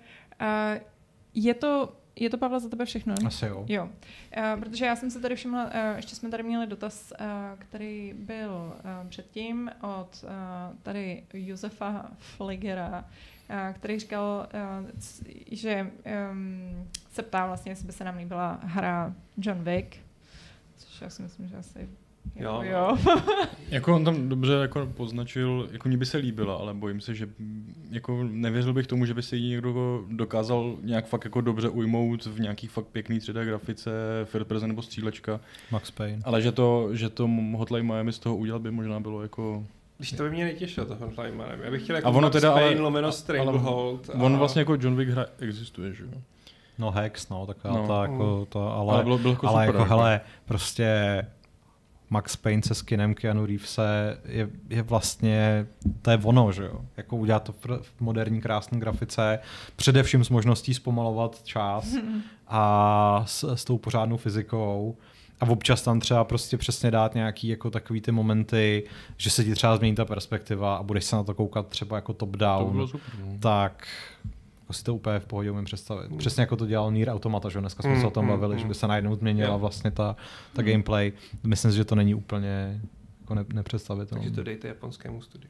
Je to, Pavle, za tebe všechno? Asi jo. Jo, protože já jsem se tady všimla, ještě jsme tady měli dotaz, který byl předtím od tady Josefa Fligera, který říkal, že se ptá vlastně, jestli by se nám líbila hra John Wick, což já si myslím, že asi jo. Jako on tam dobře jako poznačil, jako mně by se líbila, ale bojím se, že jako nevěřil bych tomu, že by se jí někdo dokázal nějak fakt jako dobře ujmout v nějaký fakt pěkný 3D grafice, third person nebo střílečka. Max Payne. Ale že to Hotline Miami z toho udělat by možná bylo jako... Když to by mě netěšilo, to Hotline Miami. Já bych chtěl jako Max Payne lomeno Stranglehold. On vlastně jako John Wick hra existuje, že jo? No Hex, ale bylo jako super, jako hele, prostě Max Payne se skinem Keanu Reevese je vlastně, to je ono, že jo? Jako udělat to v moderní krásné grafice, především s možností zpomalovat čas a s tou pořádnou fyzikou. A občas tam třeba prostě přesně dát nějaký jako takový ty momenty, že se ti třeba změní ta perspektiva a budeš se na to koukat třeba jako top down, tak jako si to úplně v pohodě umím představit. Přesně jako to dělal Nier Automata, že dneska jsme se o tom bavili, že by se najednou změnila vlastně ta gameplay. Myslím si, že to není úplně jako nepředstavitelné. Takže to dejte japonskému studiu.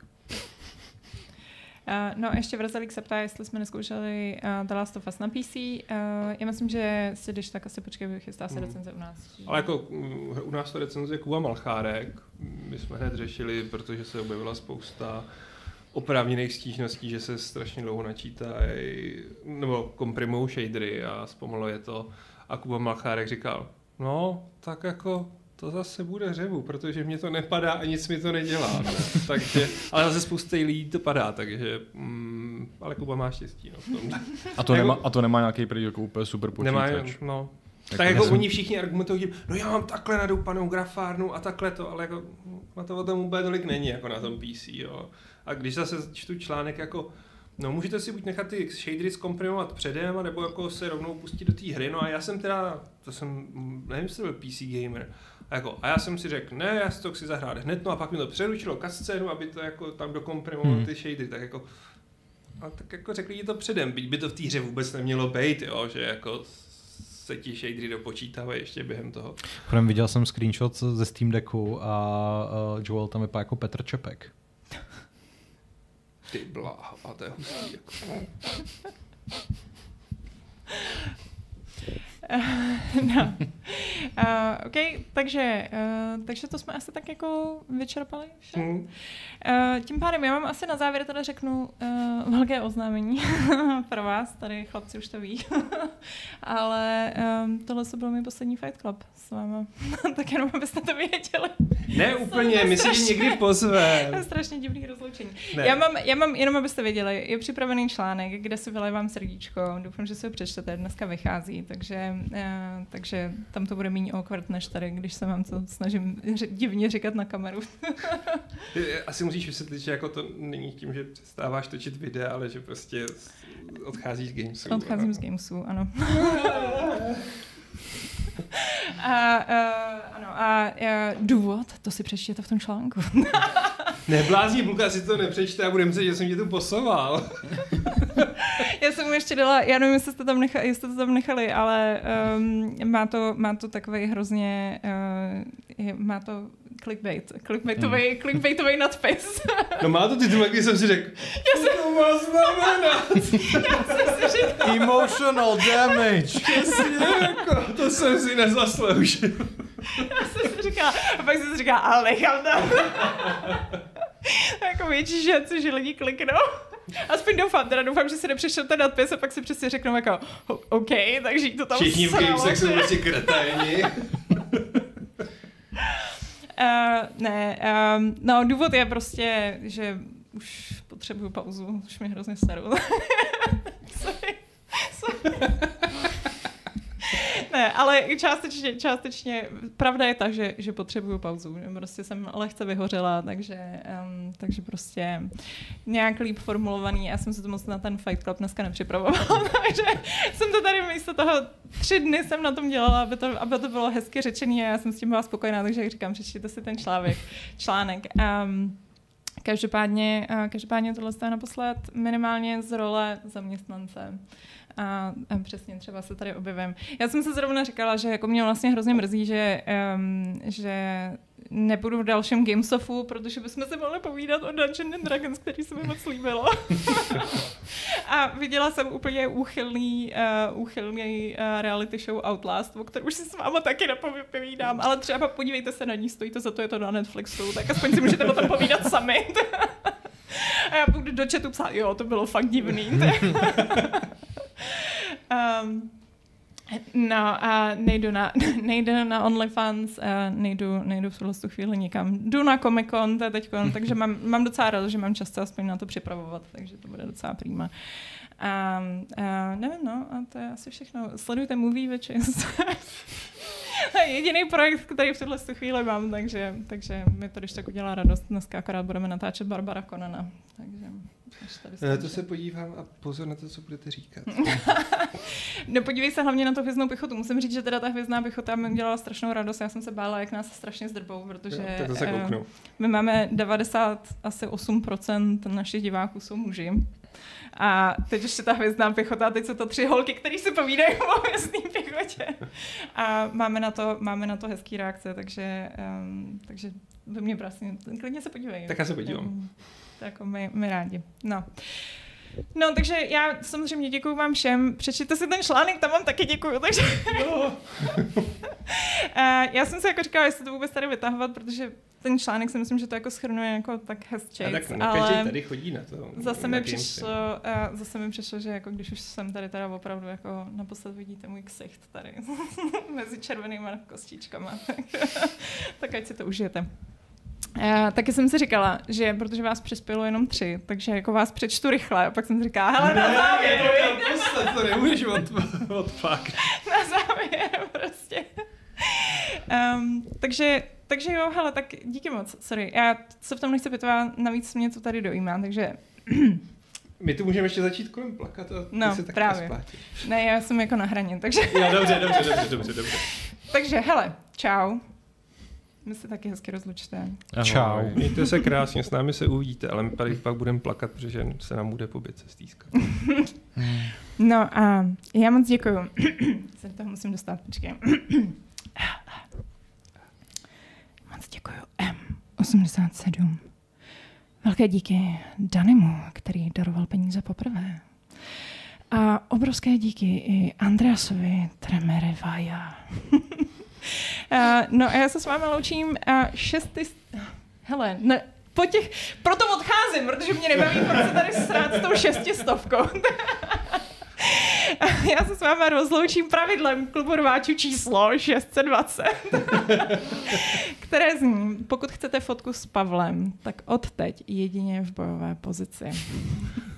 No a ještě Vrzalík se ptá, jestli jsme neskoušeli The Last of Us na PC. Já myslím, že si když tak asi počkej, chystá se recenze u nás. Ale jako u nás to recenzuje Kuba Malchárek. My jsme hned řešili, protože se objevila spousta oprávněných stížností, že se strašně dlouho načítají, nebo komprimujou shadery a zpomaluje to. A Kuba Malchárek říkal, no, tak jako to zase bude řevu, protože mě to nepadá a nic mi to nedělá. Ne? Takže, ale zase spoustě lidí to padá, takže ale Kuba má štěstí. No, v tom. A to nemá nějaký prý jako úplně super počítač. Nemá, no. Tak jako oni všichni argumentují tím, no já mám takhle nadoupanou grafárnu a takhle to, ale jako na to o tom úplně tolik není, jako na tom PC, jo. A když zase čtu článek jako, no můžete si buď nechat ty shadery zkomprimovat předem, nebo jako se rovnou pustit do té hry, no a já jsem teda, to jsem, nevím, jestli byl PC gamer, a já jsem si řekl, ne, já si to chci zahrát hned, no a pak mi to přeručilo cutscénu, aby to jako tam dokomprimovalo ty shadery, tak jako, a tak jako řekli to předem, byť by to v té hře vůbec nemělo být, jo, že jako se ti shadery dopočítávají ještě během toho. Viděl jsem screenshot ze Steam Decku a Joel tam vypadá jako Petr Čepek. Ty bláho, a to je hustý. Jako. No. OK, takže to jsme asi tak jako vyčerpali vše. Tím pádem já vám asi na závěr teda řeknu velké oznámení pro vás, tady chlapci už to ví, ale tohle se byl můj poslední Fight Club s váma, tak jenom abyste to věděli. Ne úplně, my si někdy pozveme. To je strašně divný rozloučení. Já mám jenom abyste věděli, je připravený článek, kde si vylejvám srdíčko, doufám, že si ho přečtete, dneska vychází, takže tam to bude méně awkward než tady, když se vám to snažím divně říkat na kameru. Asi musíš vysvětlit, že jako to není tím, že přestáváš točit videa, ale že prostě odcházíš z Gamesu. Odcházím z Gamesu, ano. A důvod, to si přečtěte v tom článku. Neblázní, Luka si to nepřečte a budeme se, že jsem tě tu posouval. Já jsem mu ještě dala, já nevím, jestli jste to tam nechali, ale má to takovej hrozně, má to clickbaitový nadpis. No má to titulek, když jsem si řekl, to má znamenat. Já jsem si říkal, Emotional damage. Jako, to jsem si nezasloužil. Já jsem si říkala, a pak jsem si říkala, ale nechám tam. Jako větší šance, že lidi kliknou. Aspoň doufám, že si nepřišel ten nadpis a pak si přesně řeknou jako OK, takže to tam všichni v Gamesech jsou prostě kreténi. No důvod je prostě, že už potřebuju pauzu, už mi hrozně starou. Sorry. Ne, ale částečně pravda je ta, že potřebuju pauzu. Prostě jsem lehce vyhořela, takže prostě nějak líp formulovaný. Já jsem se to moc na ten Fight Club dneska nepřipravovala, takže jsem to tady místo toho 3 dny jsem na tom dělala, aby to bylo hezky řečený a já jsem s tím byla spokojená, takže jak říkám, přečtěte si ten článek. Každopádně tohle je naposled minimálně z role zaměstnance. A přesně třeba se tady objevím. Já jsem se zrovna říkala, že jako mě vlastně hrozně mrzí, že nebudu v dalším Gamesofu, protože bychom se mohli povídat o Dungeons and Dragons, který se mi moc líbilo. A viděla jsem úplně úchylný reality show Outlast, o kterou už si s váma taky nepovídám, ale třeba podívejte se na ní, stojí to za to, je to na Netflixu, tak aspoň si můžete o tom povídat sami. A já budu do chatu psát, jo, to bylo fakt divný. No a nejdu na OnlyFans, nejdu v tuhle chvíli nikam. Jdu na Comic-Con, to je teďkon, takže mám docela rád, že mám čas se aspoň na to připravovat, takže to bude docela prima. Nevím, no, a to je asi všechno. Sledujte Movie Witches. To je jediný projekt, který v tuhle chvíli mám, takže mi to když tak udělá radost. Dneska akorát budeme natáčet Barbara Conana. Takže na to se podívám a pozor na to, co budete říkat. No podívej se hlavně na tu hvězdnou pěchotu. Musím říct, že teda ta hvězdná pěchota mi dělala strašnou radost. Já jsem se bála, jak nás strašně zdrbou, protože tak to se kouknu. My máme 98% našich diváků jsou muži. A teď ještě ta hvězdná pěchota, teď jsou to 3 holky, které si povídají o hvězdné pěchotě. A máme na to hezký reakce, takže by mě prostě klidně se podívej. Tak já se podívám. Tak my rádi. No, takže já samozřejmě děkuju vám všem. Přečtěte si ten článek, tam vám taky děkuju. Takže... Já jsem si jako říkala, jestli to vůbec tady vytahovat, protože ten článek si myslím, že to jako shrnuje jako tak hezčejc. Tak každý tady chodí na to. Zase mi přišlo, že jako když už jsem tady teda opravdu jako naposled vidíte můj ksicht tady mezi červenýma kostičkama, tak ať si to užijete. Taky jsem si říkala, že protože vás přispělo jenom 3, takže jako vás přečtu rychle a pak jsem si říkala, hele, na závěr. To nemůžeš odfakt. Na závěr prostě. Takže jo, hele, tak díky moc, sorry. Já se v tom nechci pitovat, navíc mě to tady dojímá, takže... My tu můžeme ještě začít kolem plakat a ty se tak právě. Ne, já jsem jako na hraně, takže... Jo, dobře. Takže hele, čau. My se taky hezky rozlučte. Čau. Mějte se krásně, s námi se uvidíte, ale my pak budeme plakat, protože se nám bude po bědce stýskat. No a já moc děkuju. Se toho musím dostat, počkej. Moc děkuju M87. Velké díky Danimu, který daroval peníze poprvé. A obrovské díky i Andreasovi Tremerevaja. No a já se s vámi loučím 6. Hele, ne, proto odcházím, protože mě nebaví se tady srát s tou 600. Já se s vámi rozloučím pravidlem klubu rváčů číslo 620, které zní, pokud chcete fotku s Pavlem, tak odteď jedině v bojové pozici.